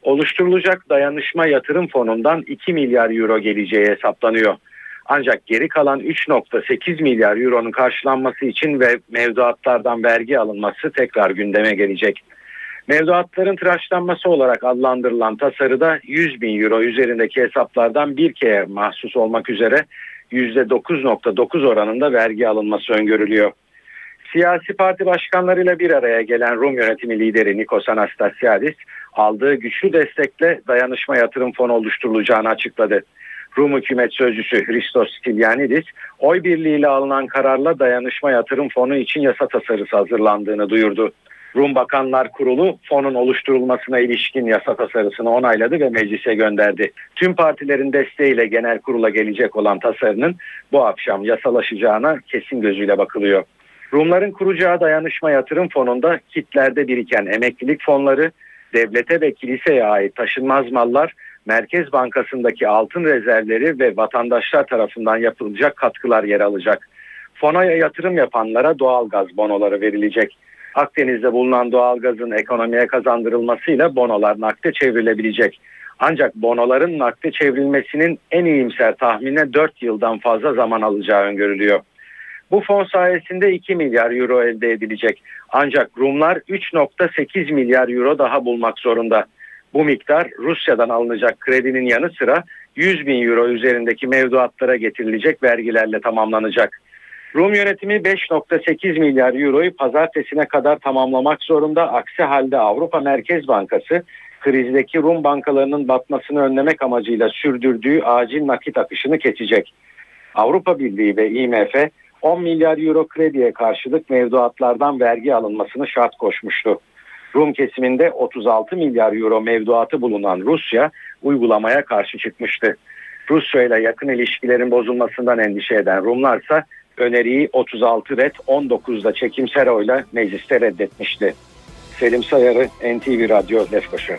Oluşturulacak dayanışma yatırım fonundan iki milyar euro geleceği hesaplanıyor. Ancak geri kalan üç virgül sekiz milyar euronun karşılanması için ve mevduatlardan vergi alınması tekrar gündeme gelecek. Mevduatların tıraşlanması olarak adlandırılan tasarıda yüz bin euro üzerindeki hesaplardan bir kere mahsus olmak üzere yüzde dokuz virgül dokuz oranında vergi alınması öngörülüyor. Siyasi parti başkanlarıyla bir araya gelen Rum yönetimi lideri Nikos Anastasiadis aldığı güçlü destekle dayanışma yatırım fonu oluşturulacağını açıkladı. Rum hükümet sözcüsü Christos Stylianidis, oy birliğiyle alınan kararla dayanışma yatırım fonu için yasa tasarısı hazırlandığını duyurdu. Rum Bakanlar Kurulu fonun oluşturulmasına ilişkin yasa tasarısını onayladı ve meclise gönderdi. Tüm partilerin desteğiyle genel kurula gelecek olan tasarının bu akşam yasalaşacağına kesin gözüyle bakılıyor. Rumların kuracağı dayanışma yatırım fonunda kitlerde biriken emeklilik fonları, devlete ve kiliseye ait taşınmaz mallar, Merkez Bankası'ndaki altın rezervleri ve vatandaşlar tarafından yapılacak katkılar yer alacak. Fona yatırım yapanlara doğalgaz bonoları verilecek. Akdeniz'de bulunan doğalgazın ekonomiye kazandırılmasıyla bonolar nakde çevrilebilecek. Ancak bonoların nakde çevrilmesinin en iyimser tahminine dört yıldan fazla zaman alacağı öngörülüyor. Bu fon sayesinde iki milyar euro elde edilecek. Ancak Rumlar üç virgül sekiz milyar euro daha bulmak zorunda. Bu miktar Rusya'dan alınacak kredinin yanı sıra yüz bin euro üzerindeki mevduatlara getirilecek vergilerle tamamlanacak. Rum yönetimi beş virgül sekiz milyar euroyu pazartesine kadar tamamlamak zorunda. Aksi halde Avrupa Merkez Bankası krizdeki Rum bankalarının batmasını önlemek amacıyla sürdürdüğü acil nakit akışını kesecek. Avrupa Birliği ve I M F on milyar euro krediye karşılık mevduatlardan vergi alınmasını şart koşmuştu. Rum kesiminde otuz altı milyar euro mevduatı bulunan Rusya uygulamaya karşı çıkmıştı. Rusya ile yakın ilişkilerin bozulmasından endişe eden Rumlarsa öneriyi otuz altı ret on dokuzda çekimser oyla mecliste reddetmişti. Selim Sayarı, N T V Radyo, Lefkoşa.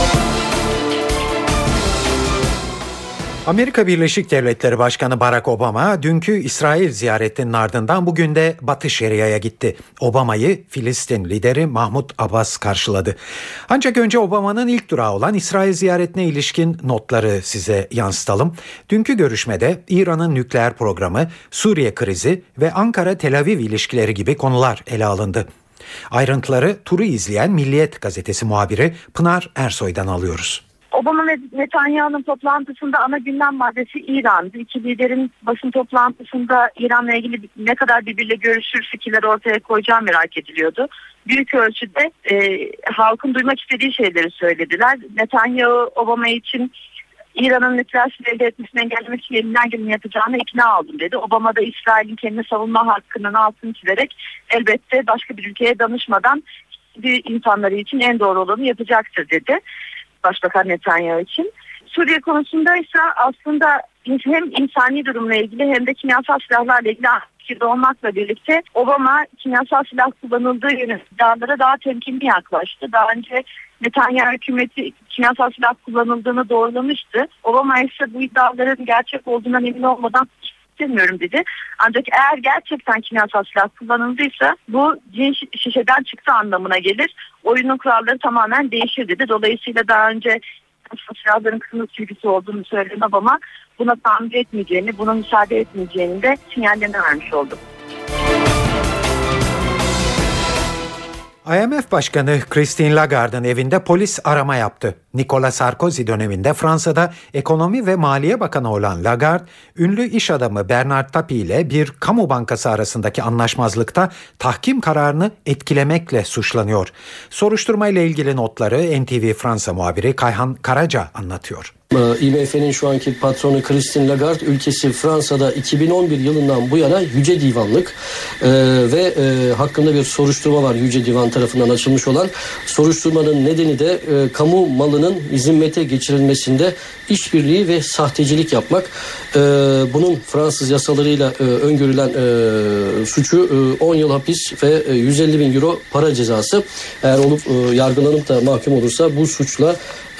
Amerika Birleşik Devletleri Başkanı Barack Obama dünkü İsrail ziyaretinin ardından bugün de Batı Şeria'ya gitti. Obama'yı Filistin lideri Mahmut Abbas karşıladı. Ancak önce Obama'nın ilk durağı olan İsrail ziyaretine ilişkin notları size yansıtalım. Dünkü görüşmede İran'ın nükleer programı, Suriye krizi ve Ankara-Tel Aviv ilişkileri gibi konular ele alındı. Ayrıntıları turu izleyen Milliyet gazetesi muhabiri Pınar Ersoy'dan alıyoruz. Obama ve Netanyahu'nun toplantısında ana gündem maddesi İran'dı. İki liderin basın toplantısında İran'la ilgili ne kadar birbiriyle görüşür fikirler ortaya koyacağı merak ediliyordu. Büyük ölçüde e, halkın duymak istediği şeyleri söylediler. Netanyahu Obama için İran'ın nükleer silah elde etmesini engellemek için elinden geleni yapacağına ikna oldum dedi. Obama da İsrail'in kendini savunma hakkının altını çizerek elbette başka bir ülkeye danışmadan insanları için en doğru olanı yapacaktır dedi. Başbakan Netanyahu için. Suriye konusunda ise aslında hem insani durumla ilgili hem de kimyasal silahlarla ilgili fikirde olmakla birlikte Obama kimyasal silah kullanıldığı yönünde iddialara daha temkinli yaklaştı. Daha önce Netanyahu hükümeti kimyasal silah kullanıldığını doğrulamıştı. Obama ise bu iddiaların gerçek olduğundan emin olmadan istemiyorum dedi. Ancak eğer gerçekten kimyasal silah kullanıldıysa bu cin şişeden çıktı anlamına gelir. Oyunun kuralları tamamen değişir dedi. Dolayısıyla daha önce silahların kırmızı çizgisi olduğunu söyleyen Obama buna tahammül etmeyeceğini, buna müsaade etmeyeceğini de sinyallerini vermiş oldu. I M F Başkanı Christine Lagarde'ın evinde polis arama yaptı. Nicolas Sarkozy döneminde Fransa'da ekonomi ve maliye bakanı olan Lagarde, ünlü iş adamı Bernard Tapie ile bir kamu bankası arasındaki anlaşmazlıkta tahkim kararını etkilemekle suçlanıyor. Soruşturma ile ilgili notları N T V Fransa muhabiri Kayhan Karaca anlatıyor. I M F'nin şu anki patronu Christine Lagarde ülkesi Fransa'da iki bin on bir yılından bu yana Yüce Divanlık e, ve e, hakkında bir soruşturma var Yüce Divan tarafından açılmış olan. Soruşturmanın nedeni de e, kamu malının zimmete geçirilmesinde işbirliği ve sahtecilik yapmak. E, bunun Fransız yasalarıyla e, öngörülen e, suçu e, on yıl hapis ve e, yüz elli bin euro para cezası. Eğer olup e, yargılanıp da mahkum olursa bu suçla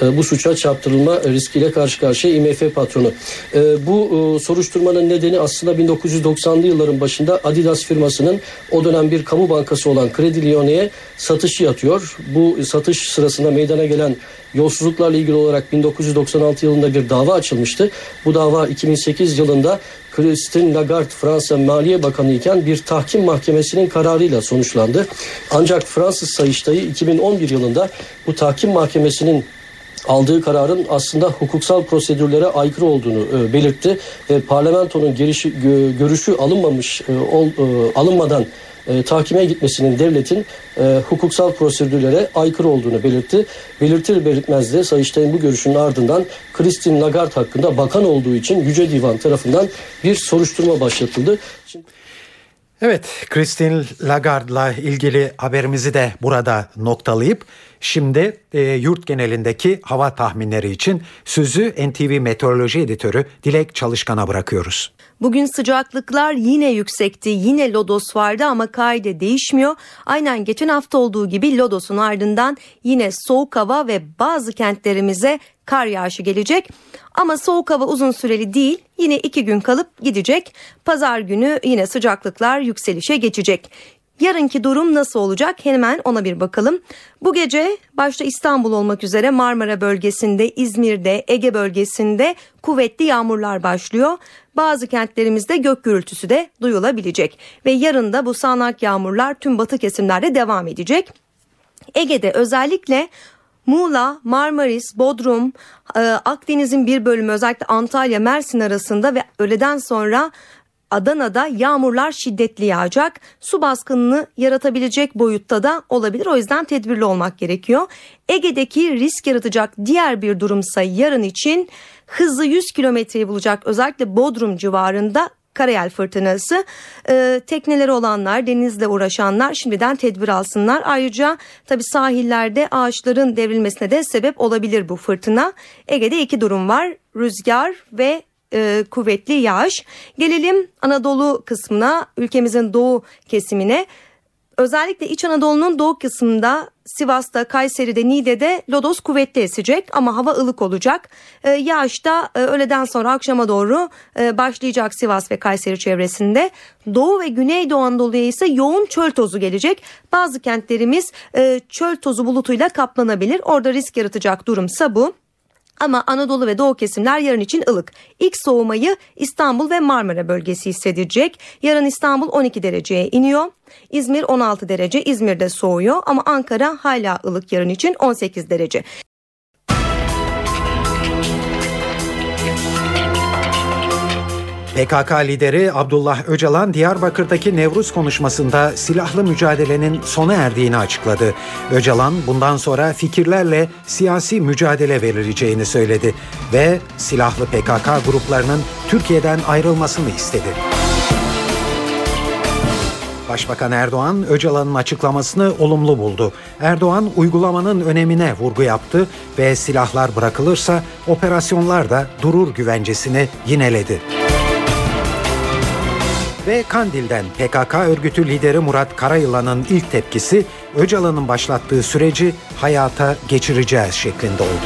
e, bu suça çarptırılma riskiyle karşı karşıya I M F patronu. E, bu e, soruşturmanın nedeni aslında bin dokuz yüz doksanlı yılların başında Adidas firmasının o dönem bir kamu bankası olan Kredi Lyonnais satışı yatıyor. Bu satış sırasında meydana gelen yolsuzluklarla ilgili olarak bin dokuz yüz doksan altı yılında bir dava açılmıştı. Bu dava iki bin sekiz yılında Christine Lagarde Fransa Maliye Bakanı iken bir tahkim mahkemesinin kararıyla sonuçlandı. Ancak Fransız Sayıştayı iki bin on bir yılında bu tahkim mahkemesinin aldığı kararın aslında hukuksal prosedürlere aykırı olduğunu e, belirtti ve parlamentonun gerişi, gö, görüşü alınmamış e, ol, e, alınmadan e, tahkime gitmesinin devletin e, hukuksal prosedürlere aykırı olduğunu belirtti. Belirtir belirtmez de Sayıştay'ın bu görüşünün ardından Christine Lagarde hakkında bakan olduğu için Yüce Divan tarafından bir soruşturma başlatıldı. Şimdi... Evet, Christine Lagarde'la ilgili haberimizi de burada noktalayıp şimdi e, yurt genelindeki hava tahminleri için sözü N T V Meteoroloji Editörü Dilek Çalışkan'a bırakıyoruz. Bugün sıcaklıklar yine yüksekti. Yine lodos vardı ama kaide değişmiyor. Aynen geçen hafta olduğu gibi lodosun ardından yine soğuk hava ve bazı kentlerimize kar yağışı gelecek. Ama soğuk hava uzun süreli değil. Yine iki gün kalıp gidecek. Pazar günü yine sıcaklıklar yükselişe geçecek. Yarınki durum nasıl olacak? Hemen ona bir bakalım. Bu gece başta İstanbul olmak üzere Marmara bölgesinde, İzmir'de, Ege bölgesinde kuvvetli yağmurlar başlıyor. Bazı kentlerimizde gök gürültüsü de duyulabilecek. Ve yarın da bu sağanak yağmurlar tüm batı kesimlerde devam edecek. Ege'de özellikle Muğla, Marmaris, Bodrum, Akdeniz'in bir bölümü özellikle Antalya, Mersin arasında ve öğleden sonra Adana'da yağmurlar şiddetli yağacak. Su baskınını yaratabilecek boyutta da olabilir. O yüzden tedbirli olmak gerekiyor. Ege'deki risk yaratacak diğer bir durumsa yarın için hızı yüz kilometreyi bulacak özellikle Bodrum civarında karayel fırtınası. Ee, tekneleri olanlar, denizle uğraşanlar şimdiden tedbir alsınlar. Ayrıca tabii sahillerde ağaçların devrilmesine de sebep olabilir bu fırtına. Ege'de iki durum var. Rüzgar ve e, kuvvetli yağış. Gelelim Anadolu kısmına, ülkemizin doğu kesimine. Özellikle İç Anadolu'nun doğu kısmında Sivas'ta, Kayseri'de, Niğde'de lodos kuvvetli esecek ama hava ılık olacak. Ee, yağış da e, öğleden sonra akşama doğru e, başlayacak Sivas ve Kayseri çevresinde. Doğu ve Güneydoğu Anadolu'ya ise yoğun çöl tozu gelecek. Bazı kentlerimiz e, çöl tozu bulutuyla kaplanabilir. Orada risk yaratacak durumsa bu. Ama Anadolu ve Doğu kesimler yarın için ılık. İlk soğumayı İstanbul ve Marmara bölgesi hissedecek. Yarın İstanbul on iki dereceye iniyor. İzmir on altı derece, İzmir'de soğuyor ama Ankara hala ılık yarın için on sekiz derece. P K K lideri Abdullah Öcalan Diyarbakır'daki Nevruz konuşmasında silahlı mücadelenin sona erdiğini açıkladı. Öcalan bundan sonra fikirlerle siyasi mücadele verileceğini söyledi ve silahlı P K K gruplarının Türkiye'den ayrılmasını istedi. Başbakan Erdoğan, Öcalan'ın açıklamasını olumlu buldu. Erdoğan, uygulamanın önemine vurgu yaptı ve silahlar bırakılırsa operasyonlar da durur güvencesini yineledi. Ve Kandil'den P K K örgütü lideri Murat Karayılan'ın ilk tepkisi Öcalan'ın başlattığı süreci hayata geçireceğiz şeklinde oldu.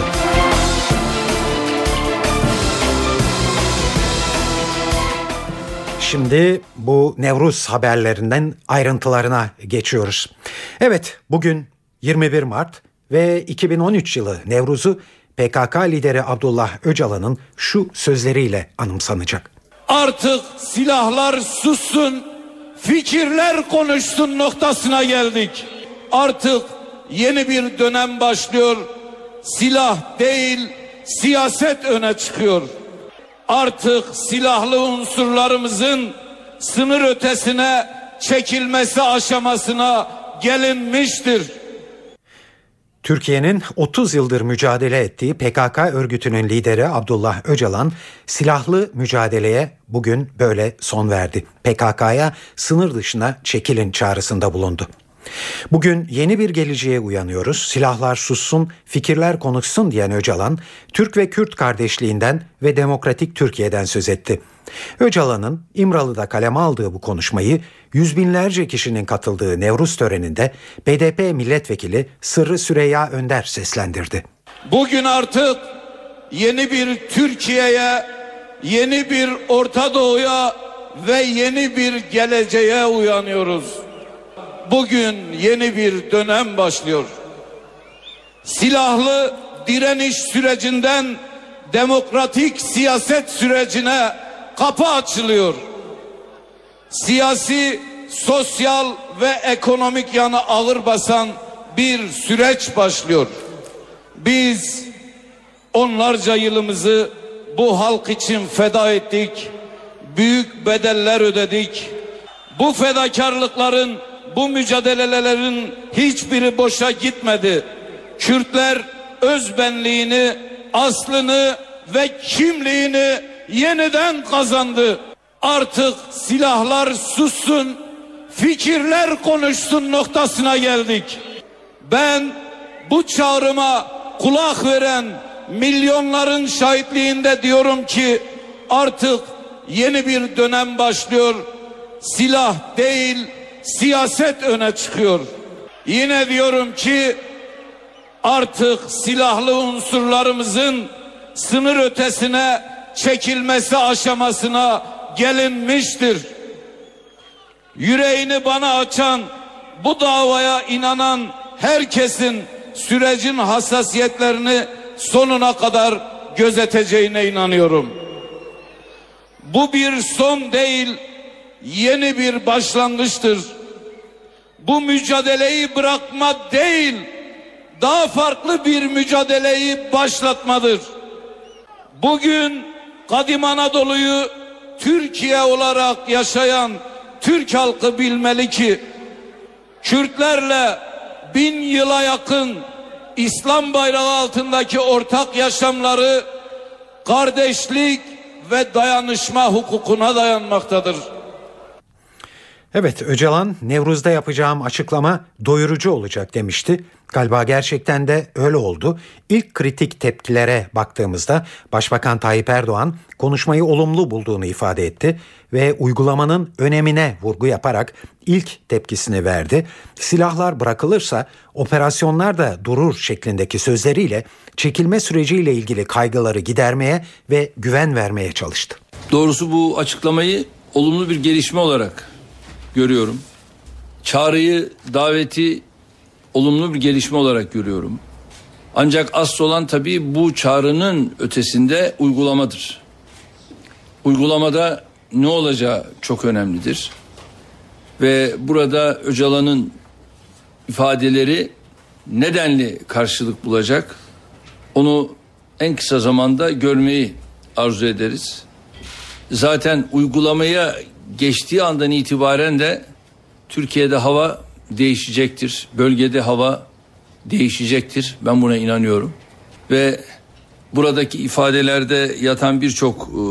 Şimdi bu Nevruz haberlerinden ayrıntılarına geçiyoruz. Evet, bugün yirmi bir Mart ve iki bin on üç yılı Nevruz'u P K K lideri Abdullah Öcalan'ın şu sözleriyle anımsanacak. Artık silahlar sussun, fikirler konuşsun noktasına geldik. Artık yeni bir dönem başlıyor. Silah değil, siyaset öne çıkıyor. Artık silahlı unsurlarımızın sınır ötesine çekilmesi aşamasına gelinmiştir. Türkiye'nin otuz yıldır mücadele ettiği P K K örgütünün lideri Abdullah Öcalan silahlı mücadeleye bugün böyle son verdi. P K K'ya sınır dışına çekilin çağrısında bulundu. Bugün yeni bir geleceğe uyanıyoruz. Silahlar sussun, fikirler konuşsun diyen Öcalan, Türk ve Kürt kardeşliğinden ve demokratik Türkiye'den söz etti. Öcalan'ın İmralı'da kaleme aldığı bu konuşmayı yüz binlerce kişinin katıldığı Nevruz töreninde B D P milletvekili Sırrı Süreyya Önder seslendirdi. Bugün artık yeni bir Türkiye'ye, yeni bir Orta Doğu'ya ve yeni bir geleceğe uyanıyoruz. Bugün yeni bir dönem başlıyor. Silahlı direniş sürecinden demokratik siyaset sürecine kapı açılıyor. Siyasi, sosyal ve ekonomik yanı ağır basan bir süreç başlıyor. Biz onlarca yılımızı bu halk için feda ettik. Büyük bedeller ödedik. Bu fedakarlıkların, bu mücadelelerin hiçbiri boşa gitmedi. Kürtler özbenliğini, aslını ve kimliğini yeniden kazandı. Artık silahlar sussun, fikirler konuşsun noktasına geldik. Ben bu çağrıma kulak veren milyonların şahitliğinde diyorum ki artık yeni bir dönem başlıyor. Silah değil, siyaset öne çıkıyor. Yine diyorum ki artık silahlı unsurlarımızın sınır ötesine çekilmesi aşamasına gelinmiştir. Yüreğini bana açan, bu davaya inanan herkesin sürecin hassasiyetlerini sonuna kadar gözeteceğine inanıyorum. Bu bir son değil, yeni bir başlangıçtır. Bu mücadeleyi bırakma değil, daha farklı bir mücadeleyi başlatmadır. Bugün Kadim Anadolu'yu Türkiye olarak yaşayan Türk halkı bilmeli ki Kürtlerle bin yıla yakın İslam bayrağı altındaki ortak yaşamları kardeşlik ve dayanışma hukukuna dayanmaktadır. Evet, Öcalan Nevruz'da yapacağım açıklama doyurucu olacak demişti. Galiba gerçekten de öyle oldu. İlk kritik tepkilere baktığımızda Başbakan Tayyip Erdoğan konuşmayı olumlu bulduğunu ifade etti ve uygulamanın önemine vurgu yaparak ilk tepkisini verdi. Silahlar bırakılırsa operasyonlar da durur şeklindeki sözleriyle çekilme süreciyle ilgili kaygıları gidermeye ve güven vermeye çalıştı. Doğrusu bu açıklamayı olumlu bir gelişme olarak görüyorum. Çağrıyı, daveti olumlu bir gelişme olarak görüyorum. Ancak asıl olan tabii bu çağrının ötesinde uygulamadır. Uygulamada ne olacağı çok önemlidir. Ve burada Öcalan'ın ifadeleri nedenli karşılık bulacak, onu en kısa zamanda görmeyi arzu ederiz. Zaten uygulamaya geçtiği andan itibaren de Türkiye'de hava değişecektir. Bölgede hava değişecektir. Ben buna inanıyorum. Ve buradaki ifadelerde yatan birçok e,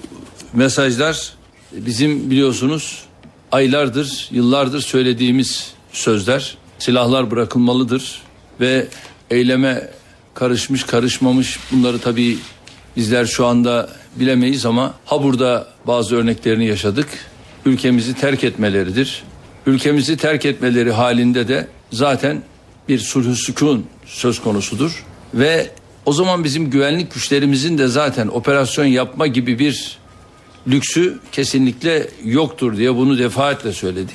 mesajlar bizim biliyorsunuz aylardır, yıllardır söylediğimiz sözler. Silahlar bırakılmalıdır ve eyleme karışmış karışmamış bunları tabii bizler şu anda bilemeyiz ama ha burada bazı örneklerini yaşadık. Ülkemizi terk etmeleridir. Ülkemizi terk etmeleri halinde de zaten bir sulh-ü sükun söz konusudur. Ve o zaman bizim güvenlik güçlerimizin de zaten operasyon yapma gibi bir lüksü kesinlikle yoktur diye bunu defaatle söyledik.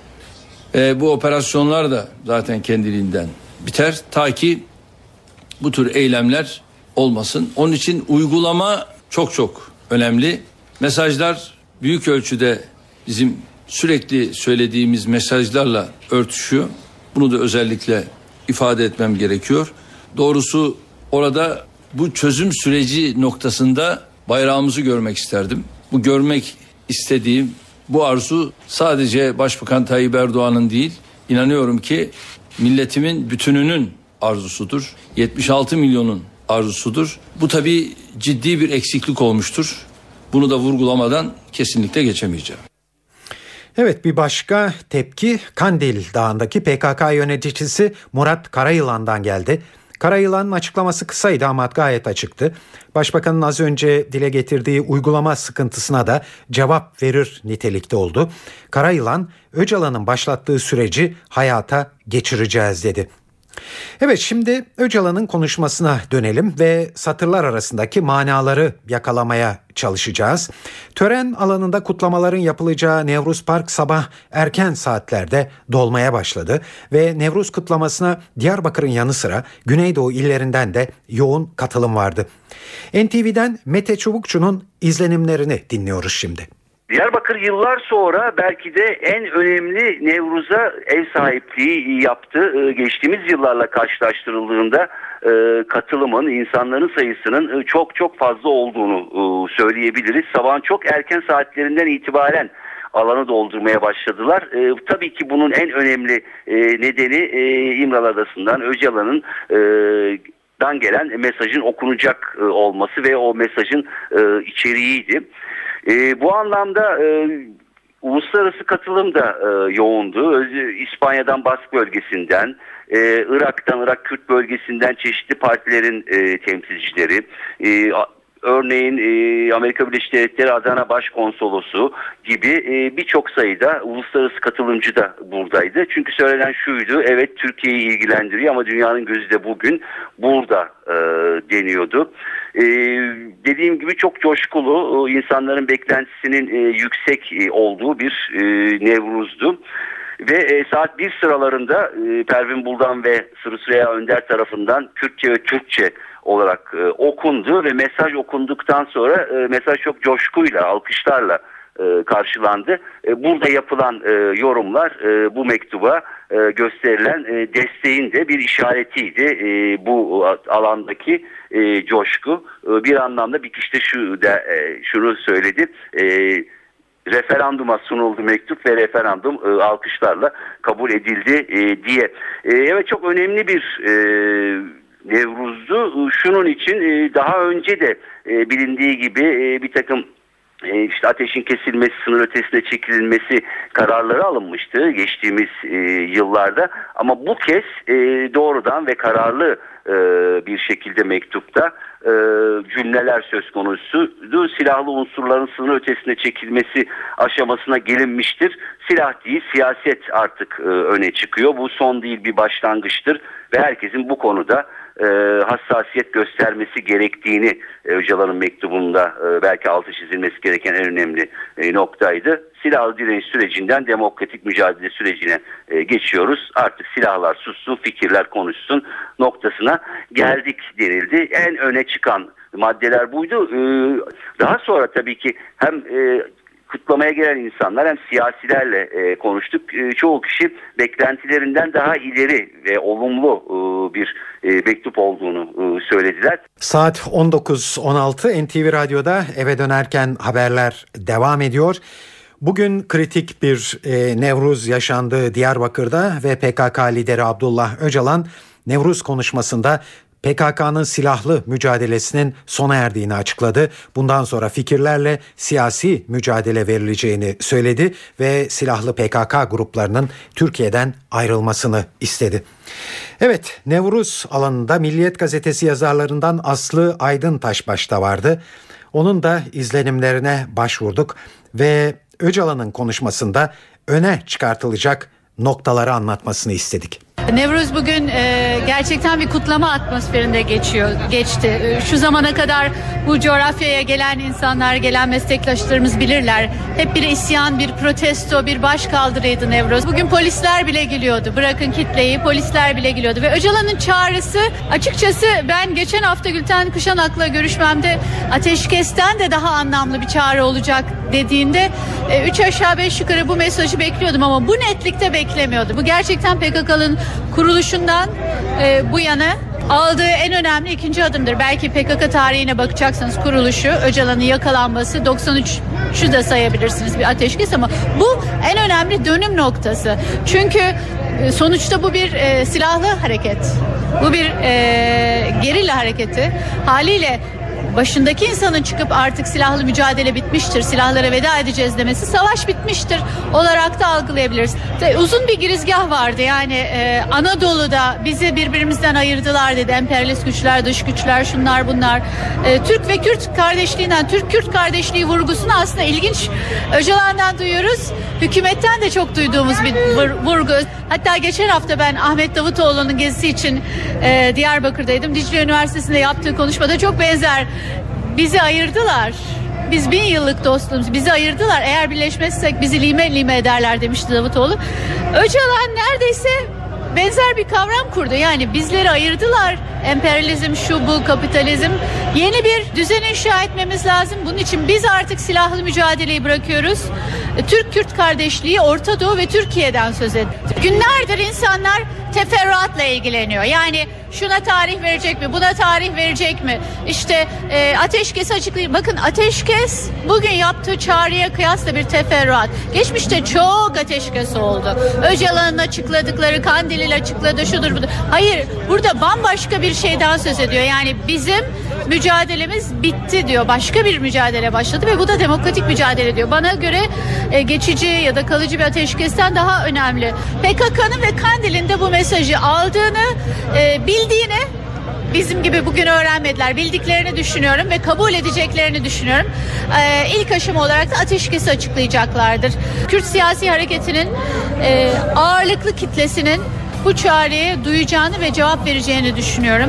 E, bu operasyonlar da zaten kendiliğinden biter ta ki bu tür eylemler olmasın. Onun için uygulama çok çok önemli. Mesajlar büyük ölçüde bizim sürekli söylediğimiz mesajlarla örtüşüyor. Bunu da özellikle ifade etmem gerekiyor. Doğrusu orada bu çözüm süreci noktasında bayrağımızı görmek isterdim. Bu görmek istediğim, bu arzu sadece Başbakan Tayyip Erdoğan'ın değil, inanıyorum ki milletimin bütününün arzusudur. yetmiş altı milyonun arzusudur. Bu tabii ciddi bir eksiklik olmuştur. Bunu da vurgulamadan kesinlikle geçemeyeceğim. Evet, bir başka tepki Kandil Dağı'ndaki P K K yöneticisi Murat Karayılan'dan geldi. Karayılan'ın açıklaması kısaydı ama gayet açıktı. Başbakanın az önce dile getirdiği uygulama sıkıntısına da cevap verir nitelikte oldu. Karayılan, Öcalan'ın başlattığı süreci hayata geçireceğiz dedi. Evet, şimdi Öcalan'ın konuşmasına dönelim ve satırlar arasındaki manaları yakalamaya çalışacağız. Tören alanında kutlamaların yapılacağı Nevruz Park sabah erken saatlerde dolmaya başladı ve Nevruz kutlamasına Diyarbakır'ın yanı sıra Güneydoğu illerinden de yoğun katılım vardı. N T V'den Mete Çubukçu'nun izlenimlerini dinliyoruz şimdi. Diyarbakır yıllar sonra belki de en önemli Nevruz'a ev sahipliği yaptı. Geçtiğimiz yıllarla karşılaştırıldığında katılımın, insanların sayısının çok çok fazla olduğunu söyleyebiliriz. Sabahın çok erken saatlerinden itibaren alanı doldurmaya başladılar. E, tabii ki bunun en önemli e, nedeni e, İmralı Adası'ndan Öcalan'ın e, dan gelen mesajın okunacak e, olması ve o mesajın e, içeriğiydi. E, bu anlamda e, uluslararası katılım da e, yoğundu. Öz- İspanya'dan Bask bölgesinden, e, Irak'tan, Irak Kürt bölgesinden çeşitli partilerin e, temsilcileri, e, örneğin e, Amerika Birleşik Devletleri Adana Başkonsolosu gibi e, birçok sayıda uluslararası katılımcı da buradaydı. Çünkü söylenen şuydu, evet Türkiye'yi ilgilendiriyor ama dünyanın gözü de bugün burada e, deniyordu. E, dediğim gibi çok coşkulu, insanların beklentisinin e, yüksek e, olduğu bir e, Nevruz'du. Ve e, saat bir sıralarında e, Pervin Buldan ve Sırrı Süreyya Önder tarafından Kürtçe ve Türkçe olarak e, okundu ve mesaj okunduktan sonra e, mesaj çok coşkuyla, alkışlarla e, karşılandı. E, burada yapılan e, yorumlar e, bu mektuba e, gösterilen e, desteğin de bir işaretiydi. E, bu alandaki e, coşku e, bir anlamda bir kişi de şu de, e, şunu söyledi. E, referanduma sunuldu mektup ve referandum e, alkışlarla kabul edildi e, diye. E, evet, çok önemli bir e, Nevruz'du. Şunun için e, daha önce de e, bilindiği gibi e, bir takım e, işte ateşin kesilmesi, sınır ötesine çekilmesi kararları alınmıştı geçtiğimiz e, yıllarda. Ama bu kez e, doğrudan ve kararlı e, bir şekilde mektupta e, cümleler söz konusuydu. Silahlı unsurların sınır ötesine çekilmesi aşamasına gelinmiştir. Silah değil, siyaset artık e, öne çıkıyor. Bu son değil, bir başlangıçtır ve herkesin bu konuda e, hassasiyet göstermesi gerektiğini e, Öcalan'ın mektubunda e, belki altı çizilmesi gereken en önemli e, noktaydı. Silahlı direniş sürecinden demokratik mücadele sürecine e, geçiyoruz. Artık silahlar sussun, fikirler konuşsun noktasına geldik denildi. En öne çıkan maddeler buydu. E, daha sonra tabii ki hem e, kutlamaya gelen insanlar hem siyasilerle e, konuştuk. E, çoğu kişi beklentilerinden daha ileri ve olumlu e, bir e, mektup olduğunu e, söylediler. Saat on dokuz on altı N T V Radyo'da eve dönerken haberler devam ediyor. Bugün kritik bir e, Nevruz yaşandı Diyarbakır'da ve P K K lideri Abdullah Öcalan Nevruz konuşmasında P K K'nın silahlı mücadelesinin sona erdiğini açıkladı. Bundan sonra fikirlerle siyasi mücadele verileceğini söyledi ve silahlı P K K gruplarının Türkiye'den ayrılmasını istedi. Evet, Nevruz alanında Milliyet Gazetesi yazarlarından Aslı Aydıntaş başta vardı. Onun da izlenimlerine başvurduk ve Öcalan'ın konuşmasında öne çıkartılacak noktaları anlatmasını istedik. Nevruz bugün e, gerçekten bir kutlama atmosferinde geçiyor, geçti. E, şu zamana kadar bu coğrafyaya gelen insanlar, gelen meslektaşlarımız bilirler. Hep bir isyan, bir protesto, bir başkaldırıydı Nevruz. Bugün polisler bile geliyordu. Bırakın kitleyi, polisler bile geliyordu. Ve Öcalan'ın çağrısı, açıkçası ben geçen hafta Gülten Kuşanak'la görüşmemde ateşkesten de daha anlamlı bir çağrı olacak dediğinde e, üç aşağı beş yukarı bu mesajı bekliyordum ama bu netlikte beklemiyordum. Bu gerçekten P K K'nın kuruluşundan e, bu yana aldığı en önemli ikinci adımdır. Belki P K K tarihine bakacaksanız kuruluşu, Öcalan'ın yakalanması, doksan üçü de sayabilirsiniz bir ateşkes ama bu en önemli dönüm noktası. Çünkü e, sonuçta bu bir e, silahlı hareket. Bu bir e, gerilla hareketi. Haliyle başındaki insanın çıkıp artık silahlı mücadele bitmiştir, silahlara veda edeceğiz demesi savaş bitmiştir olarak da algılayabiliriz. De, uzun bir girizgah vardı yani e, Anadolu'da bizi birbirimizden ayırdılar dedi emperyalist güçler, dış güçler, şunlar bunlar. E, Türk ve Kürt kardeşliğinden, Türk-Kürt kardeşliği vurgusunu aslında ilginç Öcalan'dan duyuyoruz. Hükümetten de çok duyduğumuz bir vurgu. Hatta geçen hafta ben Ahmet Davutoğlu'nun gezisi için e, Diyarbakır'daydım. Dicle Üniversitesi'nde yaptığı konuşmada çok benzer. Bizi ayırdılar. Biz bin yıllık dostluğumuz. Bizi ayırdılar. Eğer birleşmezsek bizi lime lime ederler demişti Davutoğlu. Öcalan neredeyse benzer bir kavram kurdu. Yani bizleri ayırdılar. Emperyalizm, şu bu, kapitalizm. Yeni bir düzen inşa etmemiz lazım. Bunun için biz artık silahlı mücadeleyi bırakıyoruz. Türk-Kürt kardeşliği, Orta Doğu ve Türkiye'den söz etti. Günlerdir insanlar teferruatla ilgileniyor. Yani şuna tarih verecek mi, buna tarih verecek mi? İşte e, ateşkes açıklayın. Bakın ateşkes bugün yaptığı çağrıya kıyasla bir teferruat. Geçmişte çok ateşkes oldu. Öcalan'ın açıkladıkları, Kandil'in açıkladığı şudur budur. Hayır, burada bambaşka bir şeyden söz ediyor. Yani bizim mücadelemiz bitti diyor. Başka bir mücadele başladı ve bu da demokratik mücadele diyor. Bana göre e, geçici ya da kalıcı bir ateşkesten daha önemli. P K K'nın ve Kandil'in de bu mesajı aldığını, e, bildiğini, bizim gibi bugün öğrenmediler. Bildiklerini düşünüyorum ve kabul edeceklerini düşünüyorum. Ee, ilk aşama olarak da ateşkesi açıklayacaklardır. Kürt siyasi hareketinin e, ağırlıklı kitlesinin bu çağrıyı duyacağını ve cevap vereceğini düşünüyorum.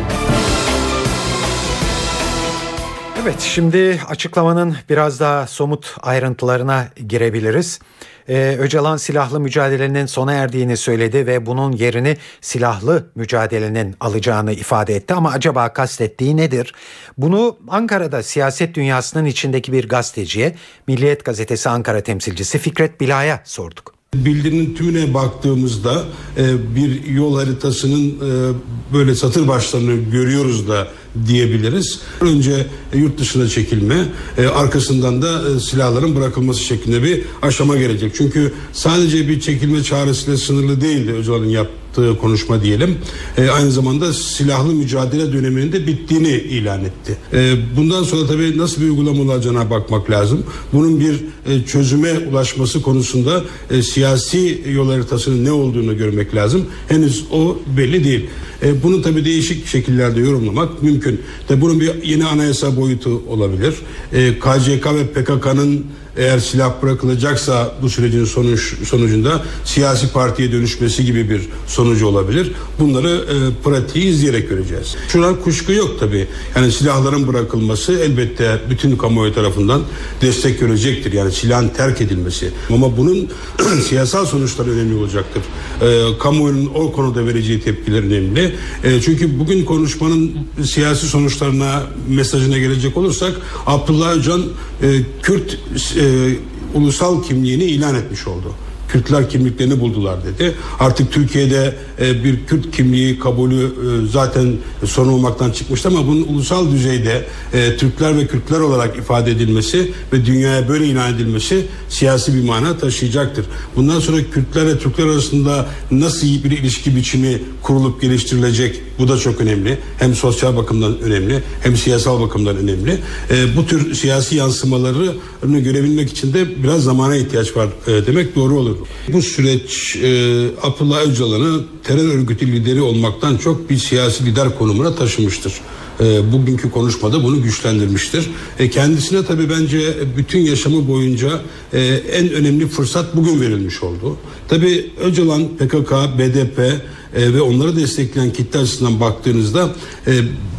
Evet, şimdi açıklamanın biraz daha somut ayrıntılarına girebiliriz. Ee, Öcalan silahlı mücadelenin sona erdiğini söyledi ve bunun yerini silahlı mücadelenin alacağını ifade etti. Ama acaba kastettiği nedir? Bunu Ankara'da siyaset dünyasının içindeki bir gazeteciye, Milliyet Gazetesi Ankara temsilcisi Fikret Bila'ya sorduk. Bildirinin tümüne baktığımızda e, bir yol haritasının e, böyle satır başlarını görüyoruz da diyebiliriz. Önce e, yurt dışına çekilme, e, arkasından da e, silahların bırakılması şeklinde bir aşama gelecek. Çünkü sadece bir çekilme çağrısıyla sınırlı değildi Öcalan'ın yaptığı konuşma diyelim. E, aynı zamanda silahlı mücadele döneminin de bittiğini ilan etti. E, bundan sonra tabii nasıl bir uygulama olacağına bakmak lazım. Bunun bir e, çözüme ulaşması konusunda e, siyasi yol haritasının ne olduğunu görmek lazım. Henüz o belli değil. E, bunu tabii değişik şekillerde yorumlamak mümkün. Tabii bunun bir yeni anayasa boyutu olabilir. E, K C K ve P K K'nın eğer silah bırakılacaksa bu sürecin sonuç sonucunda siyasi partiye dönüşmesi gibi bir sonucu olabilir. Bunları e, pratiği izleyerek göreceğiz. Şuradan kuşku yok tabii. Yani silahların bırakılması elbette bütün kamuoyu tarafından destek görecektir. Yani silahın terk edilmesi. Ama bunun siyasal sonuçları önemli olacaktır. E, kamuoyunun o konuda vereceği tepkiler önemli. E, çünkü bugün konuşmanın siyasi sonuçlarına, mesajına gelecek olursak Abdullah Öcalan e, Kürt e, ulusal kimliğini ilan etmiş oldu. Kürtler kimliklerini buldular dedi. Artık Türkiye'de e, bir Kürt kimliği kabulü e, zaten son olmaktan çıkmıştı ama bunun ulusal düzeyde e, Türkler ve Kürtler olarak ifade edilmesi ve dünyaya böyle ilan edilmesi siyasi bir mana taşıyacaktır. Bundan sonra Kürtler ve Türkler arasında nasıl bir ilişki biçimi kurulup geliştirilecek, bu da çok önemli. Hem sosyal bakımdan önemli hem siyasal bakımdan önemli. E, bu tür siyasi yansımalarını görebilmek için de biraz zamana ihtiyaç var e, demek doğru olur. Bu süreç e, Abdullah Öcalan'ı terör örgütü lideri olmaktan çok bir siyasi lider konumuna taşımıştır. E, bugünkü konuşmada bunu güçlendirmiştir. E, kendisine tabii bence bütün yaşamı boyunca e, en önemli fırsat bugün verilmiş oldu. Tabii Öcalan, P K K, B D P e, ve onları destekleyen kitle açısından baktığınızda e,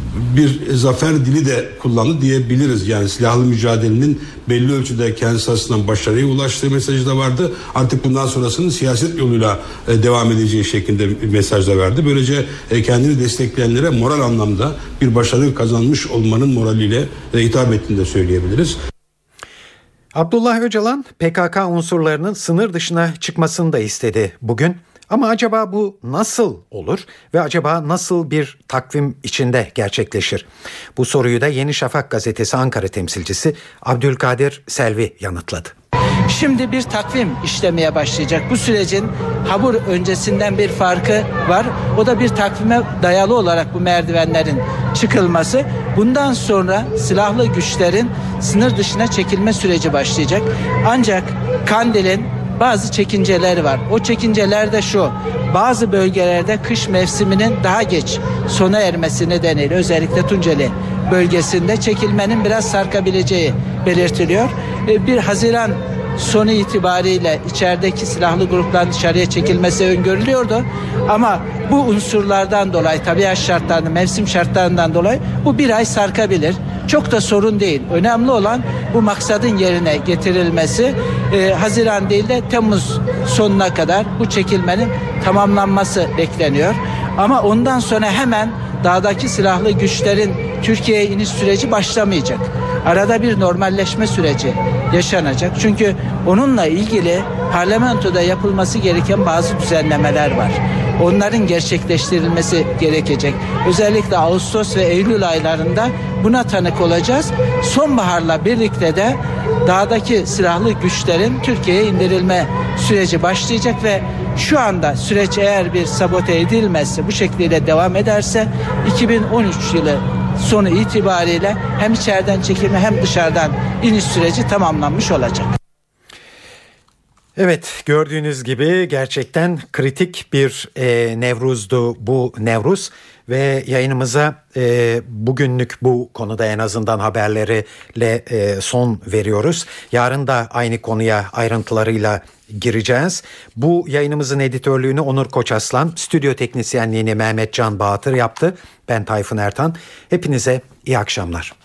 bir zafer dili de kullandı diyebiliriz. Yani silahlı mücadelenin belli ölçüde kendisi açısından başarıya ulaştığı mesajı da vardı. Artık bundan sonrasının siyaset yoluyla e, devam edeceği şeklinde bir mesaj da verdi. Böylece e, kendini destekleyenlere moral anlamda bir başarı kazanmış olmanın moraliyle e, hitap ettiğini de söyleyebiliriz. Abdullah Öcalan P K K unsurlarının sınır dışına çıkmasını da istedi bugün. Ama acaba bu nasıl olur ve acaba nasıl bir takvim içinde gerçekleşir? Bu soruyu da Yeni Şafak gazetesi Ankara temsilcisi Abdülkadir Selvi yanıtladı. Şimdi bir takvim işlemeye başlayacak. Bu sürecin Habur öncesinden bir farkı var. O da bir takvime dayalı olarak bu merdivenlerin çıkılması. Bundan sonra silahlı güçlerin sınır dışına çekilme süreci başlayacak. Ancak Kandil'in bazı çekinceleri var. O çekinceler de şu: bazı bölgelerde kış mevsiminin daha geç sona ermesi nedeniyle özellikle Tunceli bölgesinde çekilmenin biraz sarkabileceği belirtiliyor. bir Haziran sonu itibariyle içerideki silahlı grupların dışarıya çekilmesi öngörülüyordu. Ama bu unsurlardan dolayı, tabiat şartlarından, mevsim şartlarından dolayı bu bir ay sarkabilir. Çok da sorun değil. Önemli olan bu maksadın yerine getirilmesi. Ee, Haziran değil de Temmuz sonuna kadar bu çekilmenin tamamlanması bekleniyor. Ama ondan sonra hemen dağdaki silahlı güçlerin Türkiye'ye iniş süreci başlamayacak. Arada bir normalleşme süreci yaşanacak. Çünkü onunla ilgili parlamentoda yapılması gereken bazı düzenlemeler var. Onların gerçekleştirilmesi gerekecek. Özellikle Ağustos ve Eylül aylarında buna tanık olacağız. Sonbaharla birlikte de dağdaki silahlı güçlerin Türkiye'ye indirilme süreci başlayacak ve şu anda süreç eğer bir sabote edilmezse, bu şekliyle devam ederse iki bin on üç yılı sonu itibariyle hem içeriden çekilme hem dışarıdan iniş süreci tamamlanmış olacak. Evet, gördüğünüz gibi gerçekten kritik bir e, Nevruz'du bu Nevruz ve yayınımıza e, bugünlük bu konuda en azından haberleriyle e, son veriyoruz. Yarın da aynı konuya ayrıntılarıyla gireceğiz. Bu yayınımızın editörlüğünü Onur Koçaslan, stüdyo teknisyenliğini Mehmet Can Bahtır yaptı. Ben Tayfun Ertan. Hepinize iyi akşamlar.